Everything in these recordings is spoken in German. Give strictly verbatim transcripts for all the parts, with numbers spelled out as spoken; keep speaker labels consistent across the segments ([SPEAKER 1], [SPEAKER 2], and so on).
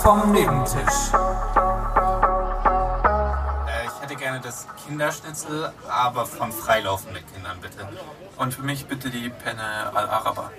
[SPEAKER 1] vom Nebentisch. Äh, ich hätte gerne das Kinderschnitzel, aber von freilaufenden Kindern bitte. Und für mich bitte die Penne al-Araber.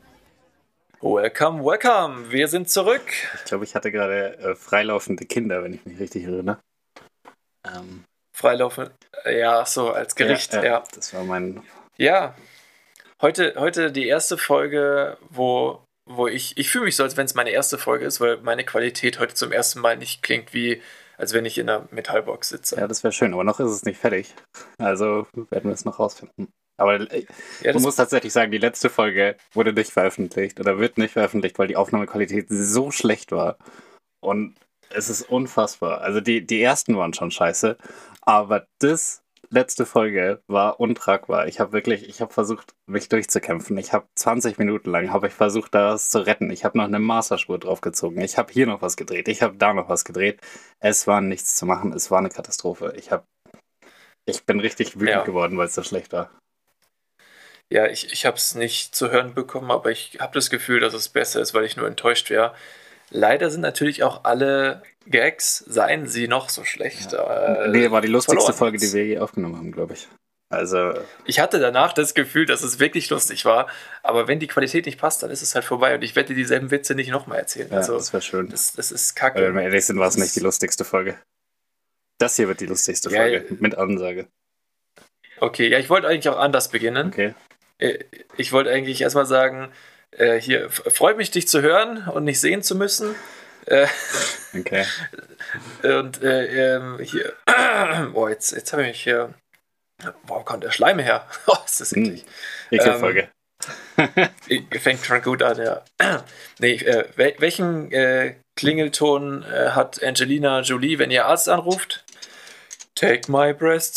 [SPEAKER 2] Welcome, welcome. Wir sind zurück.
[SPEAKER 3] Ich glaube, ich hatte gerade äh, freilaufende Kinder, wenn ich mich richtig erinnere. Ähm,
[SPEAKER 2] Freilaufend, ja, so als Gericht, ja.
[SPEAKER 3] ja,
[SPEAKER 2] ja.
[SPEAKER 3] Das war mein...
[SPEAKER 2] Ja, heute, heute die erste Folge, wo, wo ich, ich fühle mich so, als wenn es meine erste Folge ist, weil meine Qualität heute zum ersten Mal nicht klingt wie, als wenn ich in einer Metallbox sitze.
[SPEAKER 3] Ja, das wäre schön, aber noch ist es nicht fertig. Also werden wir es noch rausfinden. Aber äh,
[SPEAKER 2] ja,
[SPEAKER 3] man muss tatsächlich sagen, die letzte Folge wurde nicht veröffentlicht oder wird nicht veröffentlicht, weil die Aufnahmequalität so schlecht war. Und es ist unfassbar. Also die, die ersten waren schon scheiße, aber das letzte Folge war untragbar. Ich habe wirklich, ich habe versucht, mich durchzukämpfen. Ich habe zwanzig Minuten lang, habe ich versucht, das zu retten. Ich habe noch eine Masterspur draufgezogen. Ich habe hier noch was gedreht. Ich habe da noch was gedreht. Es war nichts zu machen. Es war eine Katastrophe. Ich habe, ich bin richtig wütend
[SPEAKER 2] ja.
[SPEAKER 3] geworden, weil es so schlecht war.
[SPEAKER 2] Ja, ich, ich habe es nicht zu hören bekommen, aber ich habe das Gefühl, dass es besser ist, weil ich nur enttäuscht wäre. Leider sind natürlich auch alle Gags, seien sie noch so schlecht.
[SPEAKER 3] Ja.
[SPEAKER 2] Äh,
[SPEAKER 3] nee, war die lustigste
[SPEAKER 2] verloren.
[SPEAKER 3] Folge, die wir je aufgenommen haben, glaube ich. Also.
[SPEAKER 2] Ich hatte danach das Gefühl, dass es wirklich lustig war, aber wenn die Qualität nicht passt, dann ist es halt vorbei und ich werde dir dieselben Witze nicht nochmal erzählen.
[SPEAKER 3] Ja,
[SPEAKER 2] also,
[SPEAKER 3] das wäre schön.
[SPEAKER 2] Das, das ist kacke.
[SPEAKER 3] Aber wenn wir ehrlich sind, war es nicht die lustigste Folge. Das hier wird die lustigste
[SPEAKER 2] ja,
[SPEAKER 3] Folge,
[SPEAKER 2] ja.
[SPEAKER 3] mit Ansage.
[SPEAKER 2] Okay, ja, ich wollte eigentlich auch anders beginnen.
[SPEAKER 3] Okay.
[SPEAKER 2] Ich wollte eigentlich erstmal sagen, äh, hier, freut mich, dich zu hören und nicht sehen zu müssen. Äh,
[SPEAKER 3] okay.
[SPEAKER 2] Und äh, ähm, hier, boah, jetzt, jetzt habe ich mich hier, wo kommt der Schleim her? Oh, ist das eklig.
[SPEAKER 3] Hm, Ekelfolge.
[SPEAKER 2] Ähm, fängt schon gut an, ja. Nee, äh, wel- welchen äh, Klingelton äh, hat Angelina Jolie, wenn ihr Arzt anruft? Take my breasts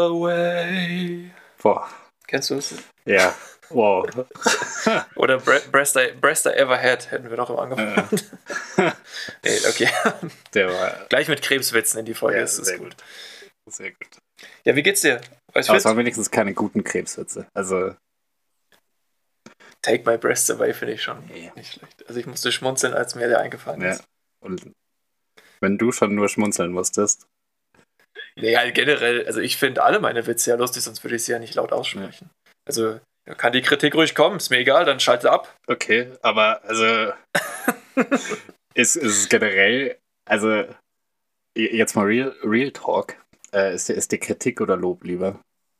[SPEAKER 2] away.
[SPEAKER 3] Boah.
[SPEAKER 2] Kennst du es?
[SPEAKER 3] Ja. Wow.
[SPEAKER 2] Oder Bre- Breast, I, Breast I Ever Had, hätten wir doch im angefangen. Nee, okay.
[SPEAKER 3] Der war.
[SPEAKER 2] Gleich mit Krebswitzen in die Folge,
[SPEAKER 3] Ja,
[SPEAKER 2] das ist
[SPEAKER 3] sehr
[SPEAKER 2] gut.
[SPEAKER 3] gut. Sehr gut.
[SPEAKER 2] Ja, wie geht's dir? Was
[SPEAKER 3] Aber es
[SPEAKER 2] fit?
[SPEAKER 3] waren wenigstens keine guten Krebswitze. Also.
[SPEAKER 2] Take my breasts away finde ich schon
[SPEAKER 3] Ja.
[SPEAKER 2] nicht schlecht. Also ich musste schmunzeln, als mir der eingefallen
[SPEAKER 3] Ja.
[SPEAKER 2] ist.
[SPEAKER 3] Und wenn du schon nur schmunzeln musstest.
[SPEAKER 2] Nee, halt generell, also ich finde alle meine Witze ja lustig, sonst würde ich sie ja nicht laut aussprechen. Ja. Also ja, kann die Kritik ruhig kommen, ist mir egal, dann schalte ab.
[SPEAKER 3] Okay, aber also. ist, ist es generell. Also. Jetzt mal Real, Real Talk. Äh, ist, ist die Kritik oder Lob lieber?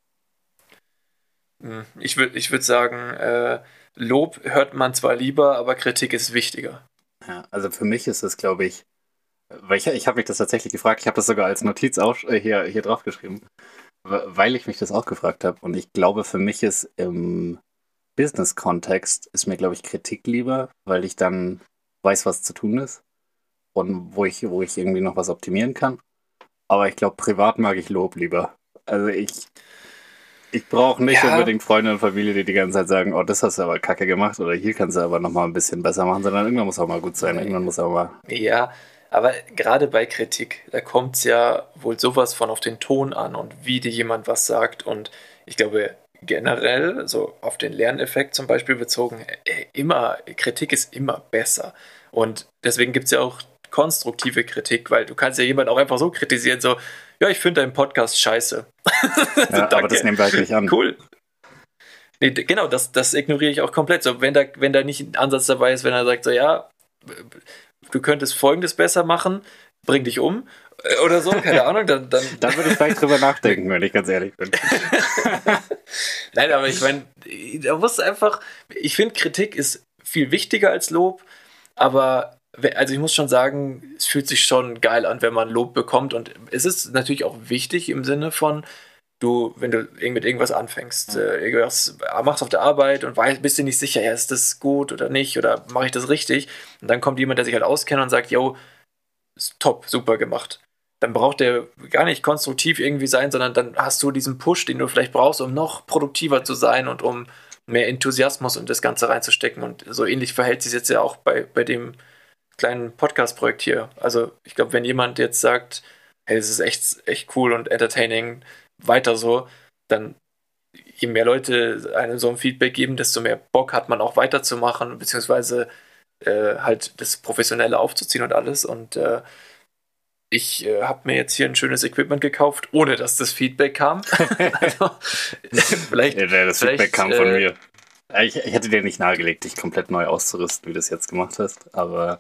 [SPEAKER 2] Ich würde ich würd sagen, äh, Lob hört man zwar lieber, aber Kritik ist wichtiger.
[SPEAKER 3] Ja, also für mich ist es, glaube ich, weil ich, ich habe mich das tatsächlich gefragt, ich habe das sogar als Notiz auch äh, hier, hier draufgeschrieben, weil ich mich das auch gefragt habe. Und ich glaube, für mich ist im Business-Kontext ist mir, glaube ich, Kritik lieber, weil ich dann weiß, was zu tun ist und wo ich, wo ich irgendwie noch was optimieren kann. Aber ich glaube, privat mag ich Lob lieber. Also ich, ich brauche nicht
[SPEAKER 2] Ja.
[SPEAKER 3] unbedingt Freunde und Familie, die die ganze Zeit sagen, oh, das hast du aber kacke gemacht oder hier kannst du aber noch mal ein bisschen besser machen, sondern irgendwann muss auch mal gut sein, irgendwann muss auch mal...
[SPEAKER 2] Ja, aber gerade bei Kritik, da kommt es ja wohl sowas von auf den Ton an und wie dir jemand was sagt. Und ich glaube, generell, so auf den Lerneffekt zum Beispiel bezogen, äh, immer, Kritik ist immer besser. Und deswegen gibt es ja auch konstruktive Kritik, weil du kannst ja jemanden auch einfach so kritisieren, so, ja, ich finde deinen Podcast scheiße.
[SPEAKER 3] Ja, aber das nehmen wir halt nicht an.
[SPEAKER 2] Cool. Nee, d- genau, das, das ignoriere ich auch komplett. So, wenn da, wenn da nicht ein Ansatz dabei ist, wenn er sagt, so, ja, du könntest Folgendes besser machen, bring dich um äh, oder so, keine Ahnung, dann, dann,
[SPEAKER 3] Da würde ich vielleicht drüber nachdenken, wenn ich ganz ehrlich bin.
[SPEAKER 2] Nein, aber ich meine, da muss einfach, ich finde, Kritik ist viel wichtiger als Lob, aber we- also ich muss schon sagen, es fühlt sich schon geil an, wenn man Lob bekommt und es ist natürlich auch wichtig im Sinne von, du, wenn du irgend- mit irgendwas anfängst, äh, irgendwas machst auf der Arbeit und weißt, bist dir nicht sicher, ja, ist das gut oder nicht oder mache ich das richtig und dann kommt jemand, der sich halt auskennt und sagt, yo, ist top, super gemacht. Dann braucht der gar nicht konstruktiv irgendwie sein, sondern dann hast du diesen Push, den du vielleicht brauchst, um noch produktiver zu sein und um mehr Enthusiasmus und das Ganze reinzustecken. Und so ähnlich verhält sich jetzt ja auch bei, bei dem kleinen Podcast-Projekt hier. Also ich glaube, wenn jemand jetzt sagt, hey, das ist echt, echt cool und entertaining, weiter so, dann je mehr Leute einem so ein Feedback geben, desto mehr Bock hat man auch weiterzumachen, beziehungsweise äh, halt das Professionelle aufzuziehen und alles. Und äh, ich äh, habe mir jetzt hier ein schönes Equipment gekauft, ohne dass das Feedback kam. Also, vielleicht,
[SPEAKER 3] Ja, das
[SPEAKER 2] vielleicht,
[SPEAKER 3] Feedback kam von
[SPEAKER 2] äh,
[SPEAKER 3] mir. Ich, ich hätte dir nicht nahegelegt, dich komplett neu auszurüsten, wie du das jetzt gemacht hast, aber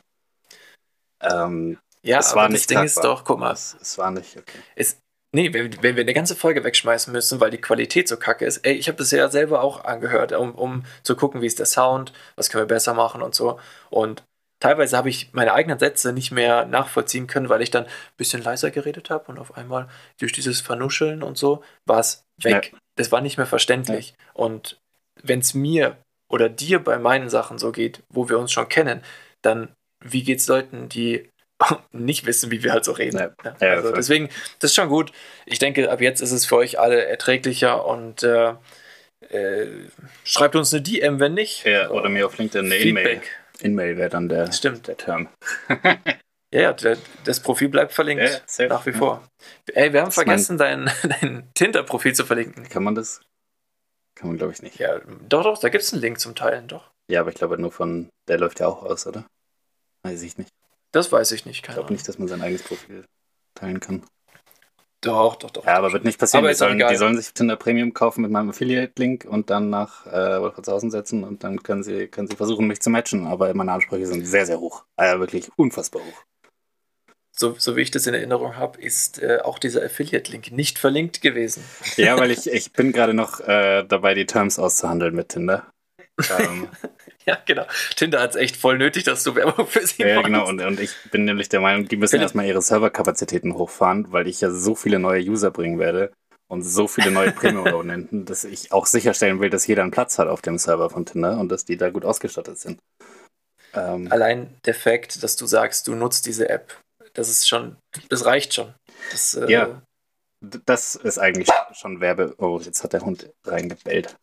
[SPEAKER 3] ähm,
[SPEAKER 2] Ja,
[SPEAKER 3] es
[SPEAKER 2] aber
[SPEAKER 3] war
[SPEAKER 2] das
[SPEAKER 3] nicht
[SPEAKER 2] Ding ist
[SPEAKER 3] tragbar.
[SPEAKER 2] doch, guck mal,
[SPEAKER 3] Es, es war nicht okay.
[SPEAKER 2] es, nee, wenn, wenn wir eine ganze Folge wegschmeißen müssen, weil die Qualität so kacke ist, ey, ich habe das ja selber auch angehört, um, um zu gucken, wie ist der Sound, was können wir besser machen und so. Und teilweise habe ich meine eigenen Sätze nicht mehr nachvollziehen können, weil ich dann ein bisschen leiser geredet habe und auf einmal durch dieses Vernuscheln und so war es weg. Das war nicht mehr verständlich. Und wenn es mir oder dir bei meinen Sachen so geht, wo wir uns schon kennen, dann wie geht's Leuten, die nicht wissen, wie wir halt so reden.
[SPEAKER 3] Ja.
[SPEAKER 2] Ja,
[SPEAKER 3] Ja,
[SPEAKER 2] also
[SPEAKER 3] voll.
[SPEAKER 2] deswegen, das ist schon gut. Ich denke, ab jetzt ist es für euch alle erträglicher und äh, äh, schreibt uns eine D M, wenn nicht.
[SPEAKER 3] Ja, oder mir auf LinkedIn eine In-Mail.
[SPEAKER 2] Feedback.
[SPEAKER 3] In-Mail wäre dann der,
[SPEAKER 2] Stimmt.
[SPEAKER 3] der Term.
[SPEAKER 2] Ja, ja, der, das Profil bleibt verlinkt.
[SPEAKER 3] Ja, safe.
[SPEAKER 2] Nach wie vor. Ey, wir haben
[SPEAKER 3] Das ist
[SPEAKER 2] vergessen, dein, dein Tinder-Profil zu verlinken.
[SPEAKER 3] Kann man das? Kann man, glaube ich, nicht.
[SPEAKER 2] Ja, doch, doch, da gibt es einen Link zum Teilen, doch.
[SPEAKER 3] Ja, aber ich glaube nur von, der läuft ja auch aus, oder? Weiß ich nicht.
[SPEAKER 2] Das weiß ich nicht,
[SPEAKER 3] Ich
[SPEAKER 2] keine
[SPEAKER 3] glaube
[SPEAKER 2] Ahnung.
[SPEAKER 3] nicht, dass man sein eigenes Profil teilen kann.
[SPEAKER 2] Doch, doch, doch.
[SPEAKER 3] Ja, aber wird nicht passieren.
[SPEAKER 2] Aber
[SPEAKER 3] Die
[SPEAKER 2] ist auch
[SPEAKER 3] sollen,
[SPEAKER 2] egal.
[SPEAKER 3] die sollen sich Tinder Premium kaufen mit meinem Affiliate-Link und dann nach äh, Wolfratshausen setzen und dann können sie, können sie versuchen, mich zu matchen. Aber meine Ansprüche sind sehr, sehr hoch. Also wirklich unfassbar hoch.
[SPEAKER 2] So, so wie ich das in Erinnerung habe, ist äh, auch dieser Affiliate-Link nicht verlinkt gewesen.
[SPEAKER 3] Ja, weil ich, ich bin gerade noch äh, dabei, die Terms auszuhandeln mit Tinder. Ähm,
[SPEAKER 2] Ja, genau. Tinder hat es echt voll nötig, dass du Werbung für sie
[SPEAKER 3] ja,
[SPEAKER 2] machst.
[SPEAKER 3] genau. Und, und ich bin nämlich der Meinung, die müssen
[SPEAKER 2] Philipp.
[SPEAKER 3] erstmal ihre Serverkapazitäten hochfahren, weil ich ja so viele neue User bringen werde und so viele neue Premium-Abonnenten, dass ich auch sicherstellen will, dass jeder einen Platz hat auf dem Server von Tinder und dass die da gut ausgestattet sind. Ähm,
[SPEAKER 2] Allein der Fakt, dass du sagst, du nutzt diese App, das ist schon, das reicht schon. Das, äh,
[SPEAKER 3] Ja. d- das ist eigentlich schon Werbe... Oh, jetzt hat der Hund reingebellt.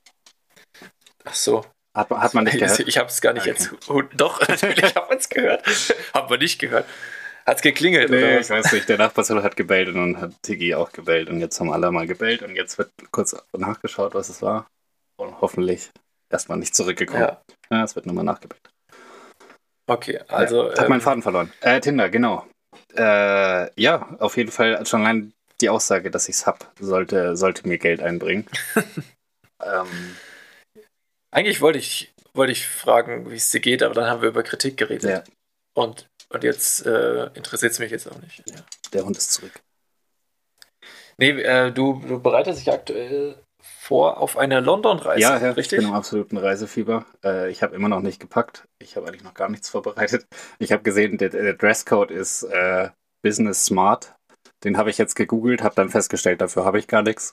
[SPEAKER 2] Ach so.
[SPEAKER 3] Hat, hat man nicht gehört?
[SPEAKER 2] Ich habe es gar nicht
[SPEAKER 3] Okay.
[SPEAKER 2] jetzt. Oh, doch, natürlich haben wir es gehört. Haben wir nicht gehört. Hat es geklingelt,
[SPEAKER 3] Nee,
[SPEAKER 2] oder
[SPEAKER 3] ich
[SPEAKER 2] was?
[SPEAKER 3] weiß nicht. Der Nachbarshof hat gebellt und dann hat Tiggy auch gebellt und jetzt haben alle mal gebellt und jetzt wird kurz nachgeschaut, was es war und hoffentlich erstmal nicht zurückgekommen.
[SPEAKER 2] Ja,
[SPEAKER 3] Ja, es wird nochmal nachgebellt.
[SPEAKER 2] okay. Also,
[SPEAKER 3] ja, hab meinen
[SPEAKER 2] ähm,
[SPEAKER 3] Faden verloren. Äh, Tinder, genau. Äh, ja, auf jeden Fall schon allein die Aussage, dass ich es hab, sollte, sollte mir Geld einbringen. ähm,
[SPEAKER 2] eigentlich wollte ich, wollte ich fragen, wie es dir geht, aber dann haben wir über Kritik geredet.
[SPEAKER 3] ja,
[SPEAKER 2] Und, und jetzt äh, interessiert es mich jetzt auch nicht. Ja.
[SPEAKER 3] der Hund ist zurück.
[SPEAKER 2] Nee, äh, du, du bereitest dich aktuell vor auf eine London-Reise,
[SPEAKER 3] Ja, ja, ich
[SPEAKER 2] richtig?
[SPEAKER 3] bin im absoluten Reisefieber. Äh, ich habe immer noch nicht gepackt. Ich habe eigentlich noch gar nichts vorbereitet. Ich habe gesehen, der, der Dresscode ist äh, Business Smart. Den habe ich jetzt gegoogelt, habe dann festgestellt, dafür habe ich gar nichts.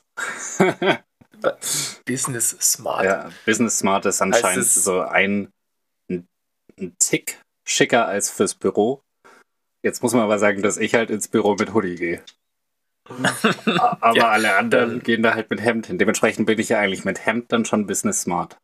[SPEAKER 2] Business Smart.
[SPEAKER 3] Ja, Business Smart ist anscheinend
[SPEAKER 2] Heißt es-
[SPEAKER 3] so ein, ein, ein Tick schicker als fürs Büro. Jetzt muss man aber sagen, dass ich halt ins Büro mit Hoodie gehe. Aber
[SPEAKER 2] Ja,
[SPEAKER 3] alle anderen
[SPEAKER 2] dann-
[SPEAKER 3] gehen da halt mit Hemd hin. Dementsprechend bin ich ja eigentlich mit Hemd dann schon Business Smart.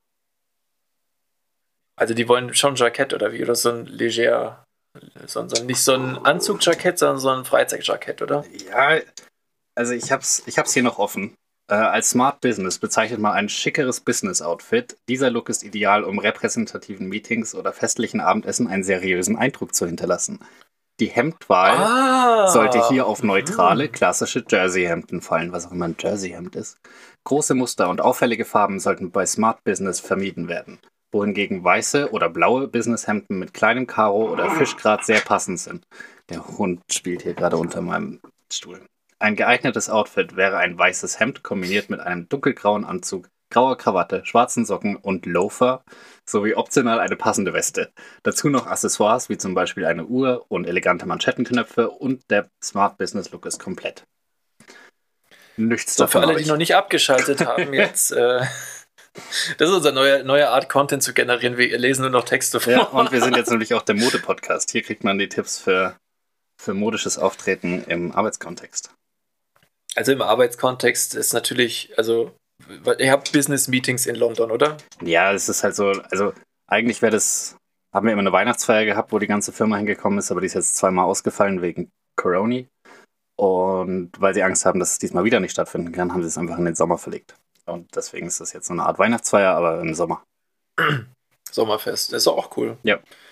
[SPEAKER 2] Also die wollen schon Jackett oder wie? Oder so ein leger, so, so nicht so ein Anzugjackett, sondern so ein Freizeitjackett, oder?
[SPEAKER 3] Ja, also ich hab's, ich hab's hier noch offen. Äh, als Smart Business bezeichnet man ein schickeres Business-Outfit. Dieser Look ist ideal, um repräsentativen Meetings oder festlichen Abendessen einen seriösen Eindruck zu hinterlassen. Die Hemdwahl
[SPEAKER 2] Ah!
[SPEAKER 3] sollte hier auf neutrale, klassische Jersey-Hemden fallen, was auch immer ein Jersey-Hemd ist. Große Muster und auffällige Farben sollten bei Smart Business vermieden werden, wohingegen weiße oder blaue Businesshemden mit kleinem Karo oder Fischgrat sehr passend sind. Der Hund spielt hier gerade unter meinem Stuhl. Ein geeignetes Outfit wäre ein weißes Hemd kombiniert mit einem dunkelgrauen Anzug, grauer Krawatte, schwarzen Socken und Loafer sowie optional eine passende Weste. Dazu noch Accessoires wie zum Beispiel eine Uhr und elegante Manschettenknöpfe und der Smart Business Look ist komplett. Nichts
[SPEAKER 2] So, für
[SPEAKER 3] davon
[SPEAKER 2] alle,
[SPEAKER 3] habe
[SPEAKER 2] die
[SPEAKER 3] ich.
[SPEAKER 2] noch nicht abgeschaltet haben, jetzt. Äh, das ist unsere neue, neue Art, Content zu generieren. Wir lesen nur noch Texte vor.
[SPEAKER 3] Ja, und wir sind jetzt nämlich auch der Mode-Podcast. Hier kriegt man die Tipps für, für modisches Auftreten im Arbeitskontext.
[SPEAKER 2] Also im Arbeitskontext ist natürlich, also weil ihr habt Business-Meetings in London, oder?
[SPEAKER 3] Ja, es ist halt so, also eigentlich wäre das, haben wir immer eine Weihnachtsfeier gehabt, wo die ganze Firma hingekommen ist, aber die ist jetzt zweimal ausgefallen wegen Corona. Und weil sie Angst haben, dass es diesmal wieder nicht stattfinden kann, haben sie es einfach in den Sommer verlegt. Und deswegen ist das jetzt so eine Art Weihnachtsfeier, aber im Sommer.
[SPEAKER 2] Sommerfest. Das ist auch cool.
[SPEAKER 3] Ja.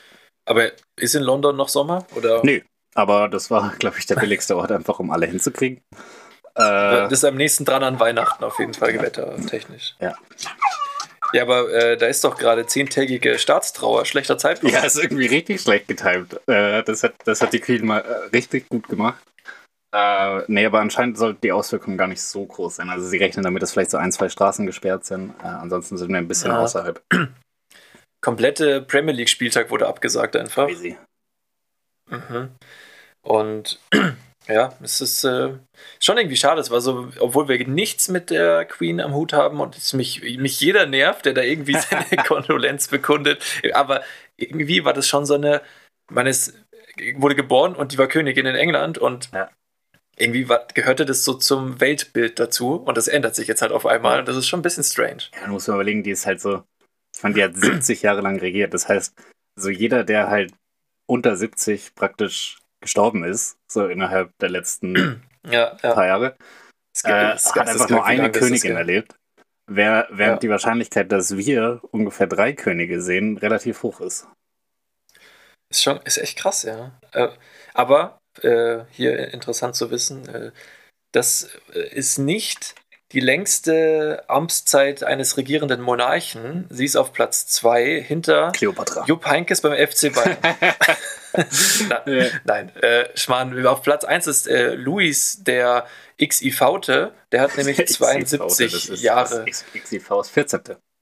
[SPEAKER 2] Aber ist in London noch Sommer? Oder?
[SPEAKER 3] Nee, aber das war, glaube ich, der billigste Ort, einfach um alle hinzukriegen. Äh,
[SPEAKER 2] Das ist am nächsten dran an Weihnachten auf jeden Fall, gewettertechnisch.
[SPEAKER 3] ja.
[SPEAKER 2] Ja, aber äh, da ist doch gerade zehntägige Staatstrauer, schlechter Zeitpunkt.
[SPEAKER 3] Ja, ist irgendwie richtig schlecht getimt. Äh, das, hat, das hat die Queen mal äh, richtig gut gemacht. Äh, nee, aber anscheinend sollten die Auswirkungen gar nicht so groß sein. Also sie rechnen damit, dass vielleicht so ein, zwei Straßen gesperrt sind. Äh, ansonsten sind wir ein bisschen
[SPEAKER 2] Ja.
[SPEAKER 3] außerhalb.
[SPEAKER 2] Komplette Premier League Spieltag wurde abgesagt einfach.
[SPEAKER 3] Crazy.
[SPEAKER 2] Mhm. Und ja, es ist äh, schon irgendwie schade. Es war so, obwohl wir nichts mit der Queen am Hut haben und es mich, mich jeder nervt, der da irgendwie seine Kondolenz bekundet. Aber irgendwie war das schon so eine, man ist, wurde geboren und die war Königin in England und
[SPEAKER 3] Ja.
[SPEAKER 2] irgendwie war, gehörte das so zum Weltbild dazu und das ändert sich jetzt halt auf einmal und das ist schon ein bisschen strange.
[SPEAKER 3] Ja, dann muss man überlegen, die ist halt so, ich meine, die hat siebzig Jahre lang regiert. Das heißt, so jeder, der halt unter siebzig praktisch gestorben ist, so innerhalb der letzten
[SPEAKER 2] Ja, ja.
[SPEAKER 3] paar Jahre,
[SPEAKER 2] Es
[SPEAKER 3] äh,
[SPEAKER 2] gibt-
[SPEAKER 3] hat
[SPEAKER 2] es gab- es
[SPEAKER 3] einfach
[SPEAKER 2] gab-
[SPEAKER 3] nur
[SPEAKER 2] wie
[SPEAKER 3] eine
[SPEAKER 2] lange ist das
[SPEAKER 3] Königin
[SPEAKER 2] her?
[SPEAKER 3] erlebt. Wer, während
[SPEAKER 2] Ja.
[SPEAKER 3] die Wahrscheinlichkeit, dass wir ungefähr drei Könige sehen, relativ hoch ist.
[SPEAKER 2] Ist schon, ist echt krass, ja. Äh, aber äh, hier interessant zu wissen, äh, das äh, ist nicht die längste Amtszeit eines regierenden Monarchen. Sie ist auf Platz zwei hinter
[SPEAKER 3] Kleopatra.
[SPEAKER 2] Jupp Heynckes beim F C Bayern. Na,
[SPEAKER 3] Ja.
[SPEAKER 2] Nein, äh, Schmarrn. Auf Platz eins ist äh, Luis, der X I V-te. Der hat nämlich zweiundsiebzig
[SPEAKER 3] Das ist,
[SPEAKER 2] Jahre.
[SPEAKER 3] Das X I V ist vierzehn.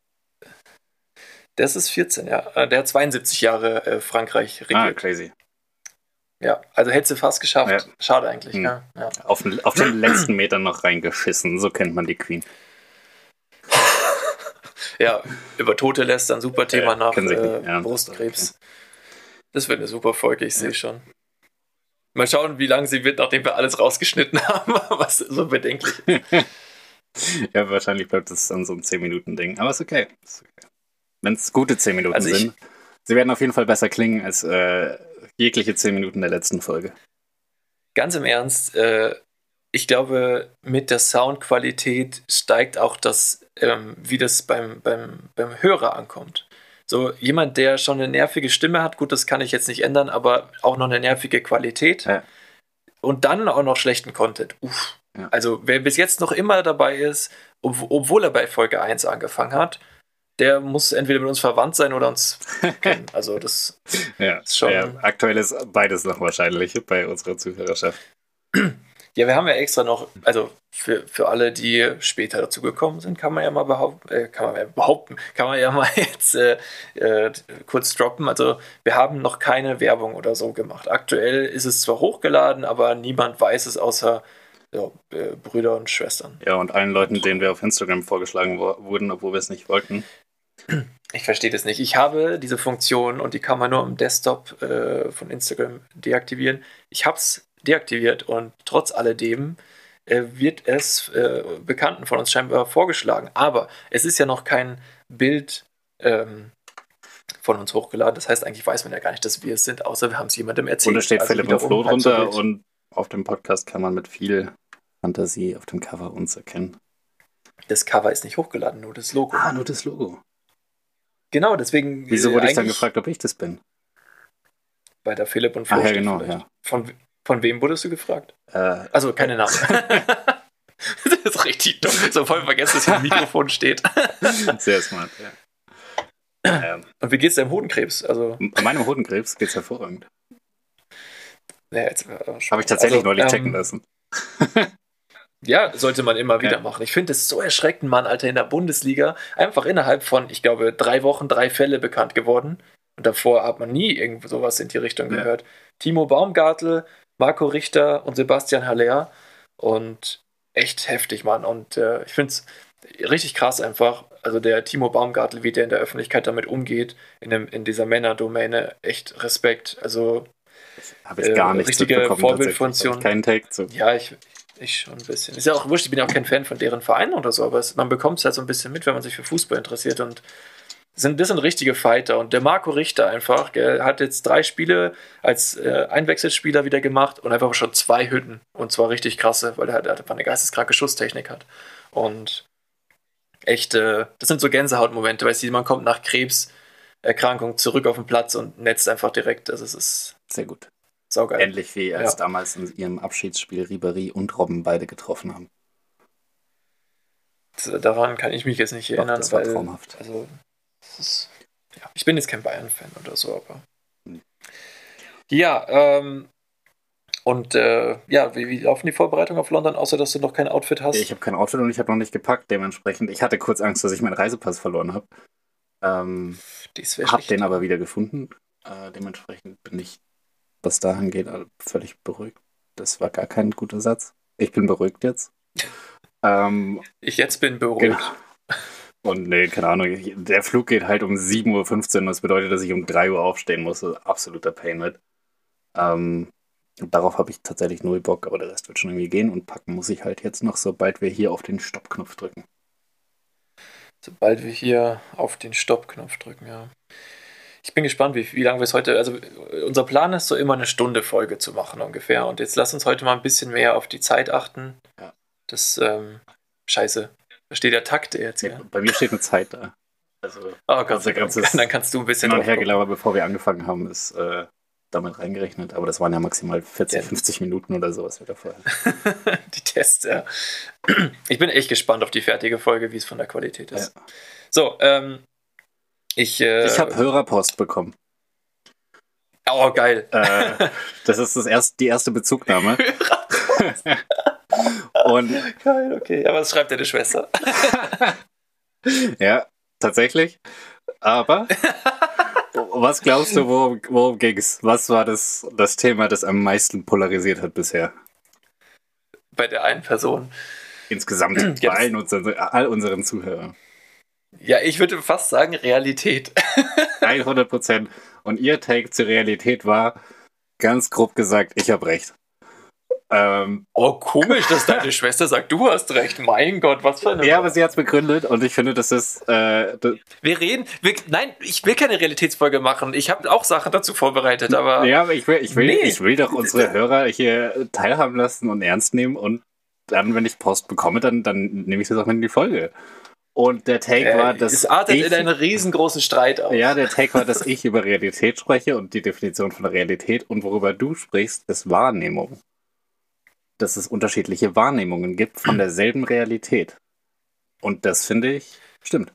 [SPEAKER 2] Das ist vierzehn, ja. Äh, Der hat zweiundsiebzig Jahre äh, Frankreich
[SPEAKER 3] Ah,
[SPEAKER 2] regiert.
[SPEAKER 3] crazy.
[SPEAKER 2] Ja, also hätte sie fast geschafft.
[SPEAKER 3] Ja.
[SPEAKER 2] Schade eigentlich.
[SPEAKER 3] Hm.
[SPEAKER 2] Ja, ja.
[SPEAKER 3] Auf den, auf den letzten Metern noch reingeschissen. So kennt man die Queen.
[SPEAKER 2] Ja, über Tote lässt ein super Thema
[SPEAKER 3] Ja,
[SPEAKER 2] nach
[SPEAKER 3] kennen sich
[SPEAKER 2] äh,
[SPEAKER 3] nicht. Ja,
[SPEAKER 2] Brustkrebs. Das wird eine super Folge, ich sehe schon. Mal schauen, wie lang sie wird, nachdem wir alles rausgeschnitten haben, was so bedenklich ist.
[SPEAKER 3] Ja, wahrscheinlich bleibt es dann so ein zehn-Minuten-Ding. Aber ist okay. Ist okay. Wenn es gute zehn Minuten
[SPEAKER 2] Also ich-
[SPEAKER 3] sind. Sie werden auf jeden Fall besser klingen als äh, jegliche zehn Minuten der letzten Folge.
[SPEAKER 2] Ganz im Ernst, äh, ich glaube, mit der Soundqualität steigt auch das, ähm, wie das beim, beim, beim Hörer ankommt. So jemand, der schon eine nervige Stimme hat, gut, das kann ich jetzt nicht ändern, aber auch noch eine nervige Qualität.
[SPEAKER 3] Ja.
[SPEAKER 2] Und dann auch noch schlechten Content. Uff.
[SPEAKER 3] Ja.
[SPEAKER 2] Also wer bis jetzt noch immer dabei ist, ob, obwohl er bei Folge eins angefangen hat, der muss entweder mit uns verwandt sein oder uns kennen. Also das
[SPEAKER 3] Ja,
[SPEAKER 2] ist schon...
[SPEAKER 3] ja, aktuell ist beides noch wahrscheinlich bei unserer Zuhörerschaft.
[SPEAKER 2] Ja, wir haben ja extra noch, also für, für alle, die später dazu gekommen sind, kann man ja mal behaupten, äh, kann man ja behaupten, kann man ja mal jetzt äh, äh, kurz droppen. Also wir haben noch keine Werbung oder so gemacht. Aktuell ist es zwar hochgeladen, aber niemand weiß es außer ja, äh, Brüder und Schwestern.
[SPEAKER 3] Ja, und allen Leuten, denen wir auf Instagram vorgeschlagen wo- wurden, obwohl wir es nicht wollten.
[SPEAKER 2] Ich verstehe das nicht. Ich habe diese Funktion und die kann man nur am Desktop äh, von Instagram deaktivieren. Ich habe es deaktiviert und trotz alledem äh, wird es äh, Bekannten von uns scheinbar vorgeschlagen. Aber es ist ja noch kein Bild ähm, von uns hochgeladen. Das heißt, eigentlich weiß man ja gar nicht, dass wir es sind, außer wir haben es jemandem erzählt.
[SPEAKER 3] Und da steht
[SPEAKER 2] Also
[SPEAKER 3] Philipp und
[SPEAKER 2] wiederum
[SPEAKER 3] Flo
[SPEAKER 2] halb so
[SPEAKER 3] drunter
[SPEAKER 2] wild.
[SPEAKER 3] und auf dem Podcast kann man mit viel Fantasie auf dem Cover uns erkennen.
[SPEAKER 2] Das Cover ist nicht hochgeladen, nur das Logo.
[SPEAKER 3] Ah, nur das Logo.
[SPEAKER 2] Genau, deswegen.
[SPEAKER 3] Wieso
[SPEAKER 2] äh,
[SPEAKER 3] wurde ich dann
[SPEAKER 2] eigentlich
[SPEAKER 3] gefragt, ob ich das bin?
[SPEAKER 2] Bei der Philipp und Flo.
[SPEAKER 3] Ach ja,
[SPEAKER 2] steht
[SPEAKER 3] genau,
[SPEAKER 2] vielleicht.
[SPEAKER 3] ja.
[SPEAKER 2] Von, von wem wurdest du gefragt?
[SPEAKER 3] Äh,
[SPEAKER 2] Also keine Namen. Das ist richtig dumm. So voll vergessen, dass hier ein Mikrofon steht.
[SPEAKER 3] sehr smart, ja. ähm,
[SPEAKER 2] Und wie geht's deinem Hodenkrebs? Also,
[SPEAKER 3] an meinem Hodenkrebs geht's hervorragend.
[SPEAKER 2] naja, jetzt, äh,
[SPEAKER 3] Habe ich tatsächlich
[SPEAKER 2] also,
[SPEAKER 3] neulich
[SPEAKER 2] ähm,
[SPEAKER 3] checken lassen.
[SPEAKER 2] Ja, sollte man immer wieder
[SPEAKER 3] Ja.
[SPEAKER 2] machen. Ich finde es so erschreckend, Mann, Alter, in der Bundesliga. Einfach innerhalb von, ich glaube, drei Wochen drei Fälle bekannt geworden. Und davor hat man nie irgendwo sowas in die Richtung
[SPEAKER 3] Ja.
[SPEAKER 2] gehört. Timo Baumgartel, Marco Richter und Sebastian Haller. Und echt heftig, Mann. Und äh, ich finde es richtig krass einfach. Also der Timo Baumgartel, wie der in der Öffentlichkeit damit umgeht, in, dem, in dieser Männerdomäne, echt Respekt. Also
[SPEAKER 3] Habe ich
[SPEAKER 2] äh,
[SPEAKER 3] gar nicht
[SPEAKER 2] richtige
[SPEAKER 3] mitbekommen,
[SPEAKER 2] Vorbildfunktion.
[SPEAKER 3] tatsächlich. Hab ich keinen Take zu.
[SPEAKER 2] ja, ich, ich schon ein bisschen. Ist ja auch wurscht, ich bin ja auch kein Fan von deren Vereinen oder so, aber es, man bekommt es halt so ein bisschen mit, wenn man sich für Fußball interessiert. Und sind, das sind richtige Fighter. Und der Marco Richter einfach, der hat jetzt drei Spiele als äh, Einwechselspieler wieder gemacht und einfach schon zwei Hütten. Und zwar richtig krasse, weil er halt einfach eine geisteskranke Schusstechnik hat. Und echt, äh, das sind so Gänsehautmomente, weißt du, man kommt nach Krebs Erkrankung zurück auf den Platz und netzt einfach direkt. Also es ist
[SPEAKER 3] sehr gut.
[SPEAKER 2] saugeil.
[SPEAKER 3] Ähnlich wie als
[SPEAKER 2] Ja.
[SPEAKER 3] damals in ihrem Abschiedsspiel Ribéry und Robben beide getroffen haben.
[SPEAKER 2] Daran kann ich mich jetzt nicht
[SPEAKER 3] Doch,
[SPEAKER 2] erinnern,
[SPEAKER 3] das war
[SPEAKER 2] weil
[SPEAKER 3] traumhaft.
[SPEAKER 2] also das ist, ja, ich bin jetzt kein Bayern-Fan oder so, aber
[SPEAKER 3] Hm.
[SPEAKER 2] ja, ähm, und äh, ja, wie, wie laufen die Vorbereitungen auf London, außer dass du noch kein Outfit hast?
[SPEAKER 3] Ich habe kein Outfit und ich habe noch nicht gepackt, dementsprechend. Ich hatte kurz Angst, dass ich meinen Reisepass verloren habe. Ähm,
[SPEAKER 2] Das wär
[SPEAKER 3] hab
[SPEAKER 2] schlecht.
[SPEAKER 3] den aber wieder gefunden. Äh, dementsprechend bin ich, was dahin geht, also völlig beruhigt. Das war gar kein guter Satz. Ich bin beruhigt jetzt. ähm,
[SPEAKER 2] Ich jetzt bin beruhigt.
[SPEAKER 3] Genau. Und nee, keine Ahnung, ich- der Flug geht halt um sieben Uhr fünfzehn. Das bedeutet, dass ich um drei Uhr aufstehen muss. Das ist absoluter Pain mit. Ähm, darauf habe ich tatsächlich null Bock, aber der Rest wird schon irgendwie gehen. Und packen muss ich halt jetzt noch, sobald wir hier auf den Stoppknopf drücken.
[SPEAKER 2] Sobald wir hier auf den Stoppknopf drücken, ja. Ich bin gespannt, wie, wie lange wir es heute. Also, unser Plan ist so immer eine Stunde Folge zu machen ungefähr. Und jetzt lass uns heute mal ein bisschen mehr auf die Zeit achten.
[SPEAKER 3] Ja.
[SPEAKER 2] Das, ähm, scheiße. Da steht der Takte jetzt,
[SPEAKER 3] Ja,
[SPEAKER 2] ja.
[SPEAKER 3] bei mir steht eine Zeit da. Also,
[SPEAKER 2] Oh Gott,
[SPEAKER 3] unser ganzes
[SPEAKER 2] dann kannst du ein bisschen
[SPEAKER 3] Hin und
[SPEAKER 2] drauf
[SPEAKER 3] her
[SPEAKER 2] gucken.
[SPEAKER 3] gelabert, bevor wir angefangen haben, ist äh, damit reingerechnet. Aber das waren ja maximal vierzig,
[SPEAKER 2] Ja.
[SPEAKER 3] fünfzig Minuten oder so, was wir da vorher.
[SPEAKER 2] Die Tests, ja. Ich bin echt gespannt auf die fertige Folge, wie es von der Qualität ist.
[SPEAKER 3] Ja.
[SPEAKER 2] So, ähm, ich. Äh,
[SPEAKER 3] Ich habe Hörerpost bekommen.
[SPEAKER 2] Oh, geil.
[SPEAKER 3] Äh, das ist das erst, die erste Bezugnahme. Und
[SPEAKER 2] Geil, okay. Aber das schreibt deine Schwester.
[SPEAKER 3] ja, tatsächlich. Aber was glaubst du, worum, worum ging es? Was war das, das Thema, das am meisten polarisiert hat bisher?
[SPEAKER 2] Bei der einen Person.
[SPEAKER 3] Insgesamt bei
[SPEAKER 2] Jetzt.
[SPEAKER 3] allen unseren, all unseren Zuhörern.
[SPEAKER 2] Ja, ich würde fast sagen Realität.
[SPEAKER 3] hundert Prozent. Und ihr Take zur Realität war, ganz grob gesagt, ich habe recht. Ähm,
[SPEAKER 2] Oh, komisch, dass deine Schwester sagt, du hast recht. Mein Gott, was für eine...
[SPEAKER 3] ja, aber sie hat es begründet und ich finde, das ist... Äh, das,
[SPEAKER 2] Wir reden... Wir, nein, ich will keine Realitätsfolge machen. Ich habe auch Sachen dazu vorbereitet, aber...
[SPEAKER 3] ja, aber ich will, ich, will,
[SPEAKER 2] Nee.
[SPEAKER 3] ich will doch unsere Hörer hier teilhaben lassen und ernst nehmen und dann, wenn ich Post bekomme, dann, dann nehme ich das auch mit in die Folge. Und der Take
[SPEAKER 2] Äh,
[SPEAKER 3] war, dass
[SPEAKER 2] es artet
[SPEAKER 3] ich,
[SPEAKER 2] in einen riesengroßen Streit aus.
[SPEAKER 3] ja, der Take war, dass ich über Realität spreche und die Definition von Realität und worüber du sprichst, ist Wahrnehmung. Dass es unterschiedliche Wahrnehmungen gibt von derselben Realität. Und das finde ich stimmt.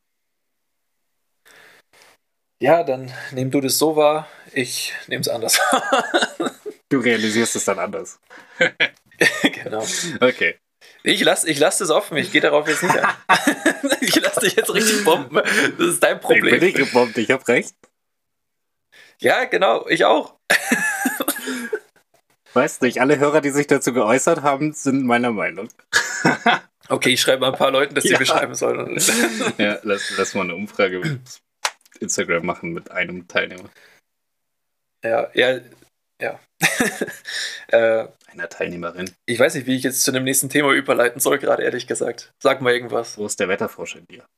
[SPEAKER 2] Ja, dann nimm du das so wahr, ich nehme es anders.
[SPEAKER 3] Du realisierst es dann anders.
[SPEAKER 2] Genau.
[SPEAKER 3] Okay.
[SPEAKER 2] Ich lasse ich lass das offen, ich gehe darauf jetzt nicht ein. Ich lasse dich jetzt richtig bomben. Das ist dein
[SPEAKER 3] Ich bin
[SPEAKER 2] Problem.
[SPEAKER 3] nicht gebombt, ich habe recht.
[SPEAKER 2] Ja, genau, ich auch.
[SPEAKER 3] Weißt du, nicht alle Hörer, die sich dazu geäußert haben, sind meiner Meinung.
[SPEAKER 2] Okay, ich schreibe mal ein paar Leuten, dass sie
[SPEAKER 3] Ja.
[SPEAKER 2] beschreiben sollen.
[SPEAKER 3] Ja, lass, lass mal eine Umfrage mit Instagram machen mit einem Teilnehmer.
[SPEAKER 2] Ja, ja, ja. äh,
[SPEAKER 3] Einer Teilnehmerin.
[SPEAKER 2] ich weiß nicht, wie ich jetzt zu dem nächsten Thema überleiten soll, gerade ehrlich gesagt. Sag mal irgendwas.
[SPEAKER 3] Wo ist der Wetterfrosch in dir?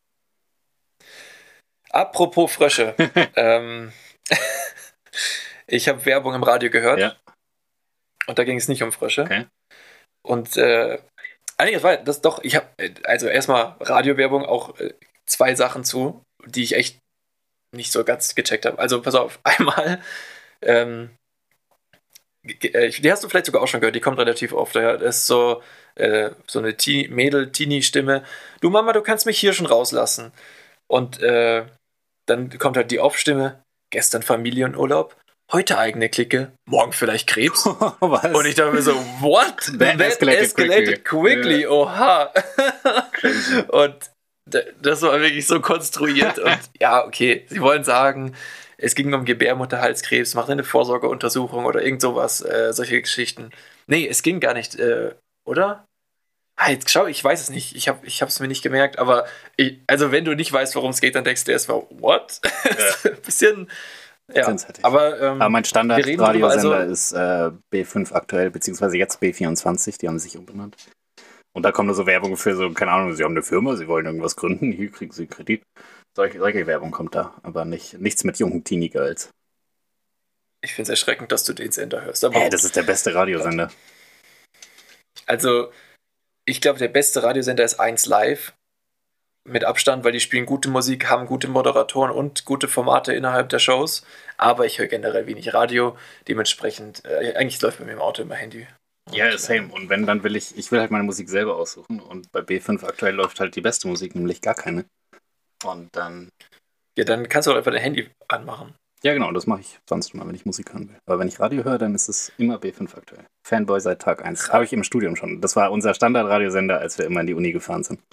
[SPEAKER 2] Apropos Frösche. ähm, ich habe Werbung im Radio gehört.
[SPEAKER 3] Ja.
[SPEAKER 2] Und da ging es nicht um Frösche.
[SPEAKER 3] Okay.
[SPEAKER 2] Und äh, eigentlich das war das doch, ich habe also erstmal Radiowerbung auch äh, zwei Sachen zu, die ich echt nicht so ganz gecheckt habe. Also pass auf, einmal ähm, äh, die hast du vielleicht sogar auch schon gehört, die kommt relativ oft. Ja. Das ist so, äh, so eine Teenie- Mädel-Teenie-Stimme. Du Mama, du kannst mich hier schon rauslassen. Und äh, dann kommt halt die Off-Stimme, gestern Familienurlaub, heute eigene Clique, morgen vielleicht Krebs.
[SPEAKER 3] Was?
[SPEAKER 2] Und ich dachte mir so, what?
[SPEAKER 3] That escalated quickly.
[SPEAKER 2] quickly. Oha.
[SPEAKER 3] Crazy.
[SPEAKER 2] Und d- das war wirklich so konstruiert. Und ja, okay, sie wollen sagen, es ging um Gebärmutterhalskrebs, mach eine Vorsorgeuntersuchung oder irgend sowas, äh, solche Geschichten. Nee, es ging gar nicht, äh, oder? Ah, jetzt schau, ich weiß es nicht. Ich habe ich es mir nicht gemerkt, aber ich, also wenn du nicht weißt, worum es geht, dann denkst du erstmal, what?
[SPEAKER 3] Ja.
[SPEAKER 2] Ein bisschen, ja.
[SPEAKER 3] Grenzwertig.
[SPEAKER 2] Aber, ähm,
[SPEAKER 3] Aber mein
[SPEAKER 2] wir reden drüber,
[SPEAKER 3] Standard-Radiosender
[SPEAKER 2] also-
[SPEAKER 3] ist äh, B fünf aktuell, beziehungsweise jetzt B vierundzwanzig, die haben sich umbenannt. Und da kommt nur so Werbung für so, keine Ahnung, sie haben eine Firma, sie wollen irgendwas gründen, hier kriegen sie einen Kredit. Solche, solche Werbung kommt da, aber nicht, nichts mit jungen Teenie-Girls.
[SPEAKER 2] ich finde es erschreckend, dass du den Sender hörst. Aber
[SPEAKER 3] Hey, das ist der beste Radiosender.
[SPEAKER 2] also, ich glaube, der beste Radiosender ist eins Live. mit Abstand, weil die spielen gute Musik, haben gute Moderatoren und gute Formate innerhalb der Shows. Aber ich höre generell wenig Radio. Dementsprechend, äh, eigentlich läuft bei mir im Auto immer Handy.
[SPEAKER 3] Ja, yeah, same. Und wenn, dann will ich, ich will halt meine Musik selber aussuchen. Und bei B fünf aktuell läuft halt die beste Musik, nämlich gar keine. Und dann...
[SPEAKER 2] Ja, dann kannst du auch einfach dein Handy anmachen.
[SPEAKER 3] Ja, genau, das mache ich sonst mal, wenn ich Musik hören will. Aber wenn ich Radio höre, dann ist es immer B fünf aktuell. Fanboy seit Tag eins. Habe ich im Studium schon. Das war unser Standardradiosender, als wir immer in die Uni gefahren sind.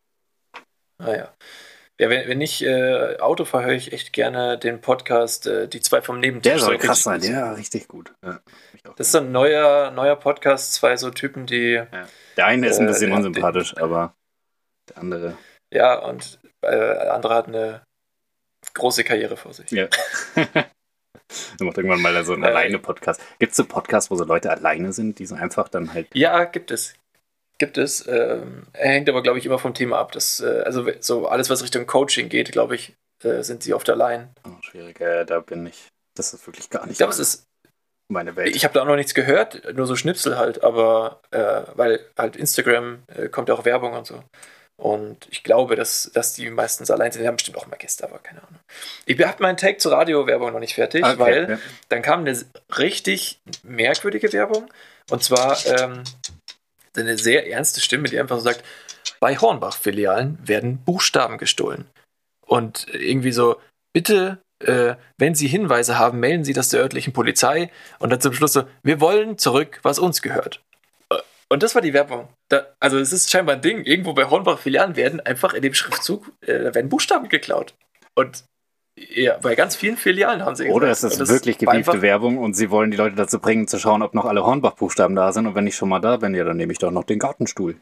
[SPEAKER 2] Ah ja. Ja, wenn, wenn ich äh, Auto fahre, höre ich echt gerne den Podcast äh, Die zwei vom Nebentisch.
[SPEAKER 3] Der soll krass sein, ja, richtig gut. Ja,
[SPEAKER 2] das ist so ein neuer, neuer Podcast, zwei so Typen, die...
[SPEAKER 3] Ja. Der eine ist ein bisschen
[SPEAKER 2] äh,
[SPEAKER 3] unsympathisch, den, aber der andere...
[SPEAKER 2] Ja, und äh, der andere hat eine große Karriere vor sich. Ja.
[SPEAKER 3] Du machst irgendwann mal so einen äh, Alleine-Podcast. Gibt es so Podcasts, wo so Leute alleine sind, die so einfach dann halt...
[SPEAKER 2] Ja, gibt es. Gibt es. Ähm, hängt aber, glaube ich, immer vom Thema ab. Das, äh, also so alles, was Richtung Coaching geht, glaube ich, äh, sind sie oft allein.
[SPEAKER 3] Oh, schwierig, äh, da bin ich... Das ist wirklich gar nicht
[SPEAKER 2] ich glaub, meine, es ist,
[SPEAKER 3] meine Welt.
[SPEAKER 2] Ich habe da auch noch nichts gehört, nur so Schnipsel halt, aber äh, weil halt Instagram äh, kommt ja auch Werbung und so. Und ich glaube, dass, dass die meistens allein sind. Die haben bestimmt auch mal Gäste, aber keine Ahnung. Ich habe meinen Tag zur Radiowerbung noch nicht fertig, okay, weil ja. Dann kam eine richtig merkwürdige Werbung. Und zwar ähm, eine sehr ernste Stimme, die einfach so sagt, bei Hornbach-Filialen werden Buchstaben gestohlen. Und irgendwie so, bitte, äh, wenn Sie Hinweise haben, melden Sie das der örtlichen Polizei. Und dann zum Schluss so, wir wollen zurück, was uns gehört. Und das war die Werbung. Da, also es ist scheinbar ein Ding. Irgendwo bei Hornbach-Filialen werden einfach in dem Schriftzug äh, werden Buchstaben geklaut. Und ja, bei ganz vielen Filialen haben sie gesagt.
[SPEAKER 3] Oder es ist
[SPEAKER 2] das
[SPEAKER 3] wirklich gewiefte Werbung und sie wollen die Leute dazu bringen, zu schauen, ob noch alle Hornbach-Buchstaben da sind. Und wenn ich schon mal da bin, ja, dann nehme ich doch noch den Gartenstuhl.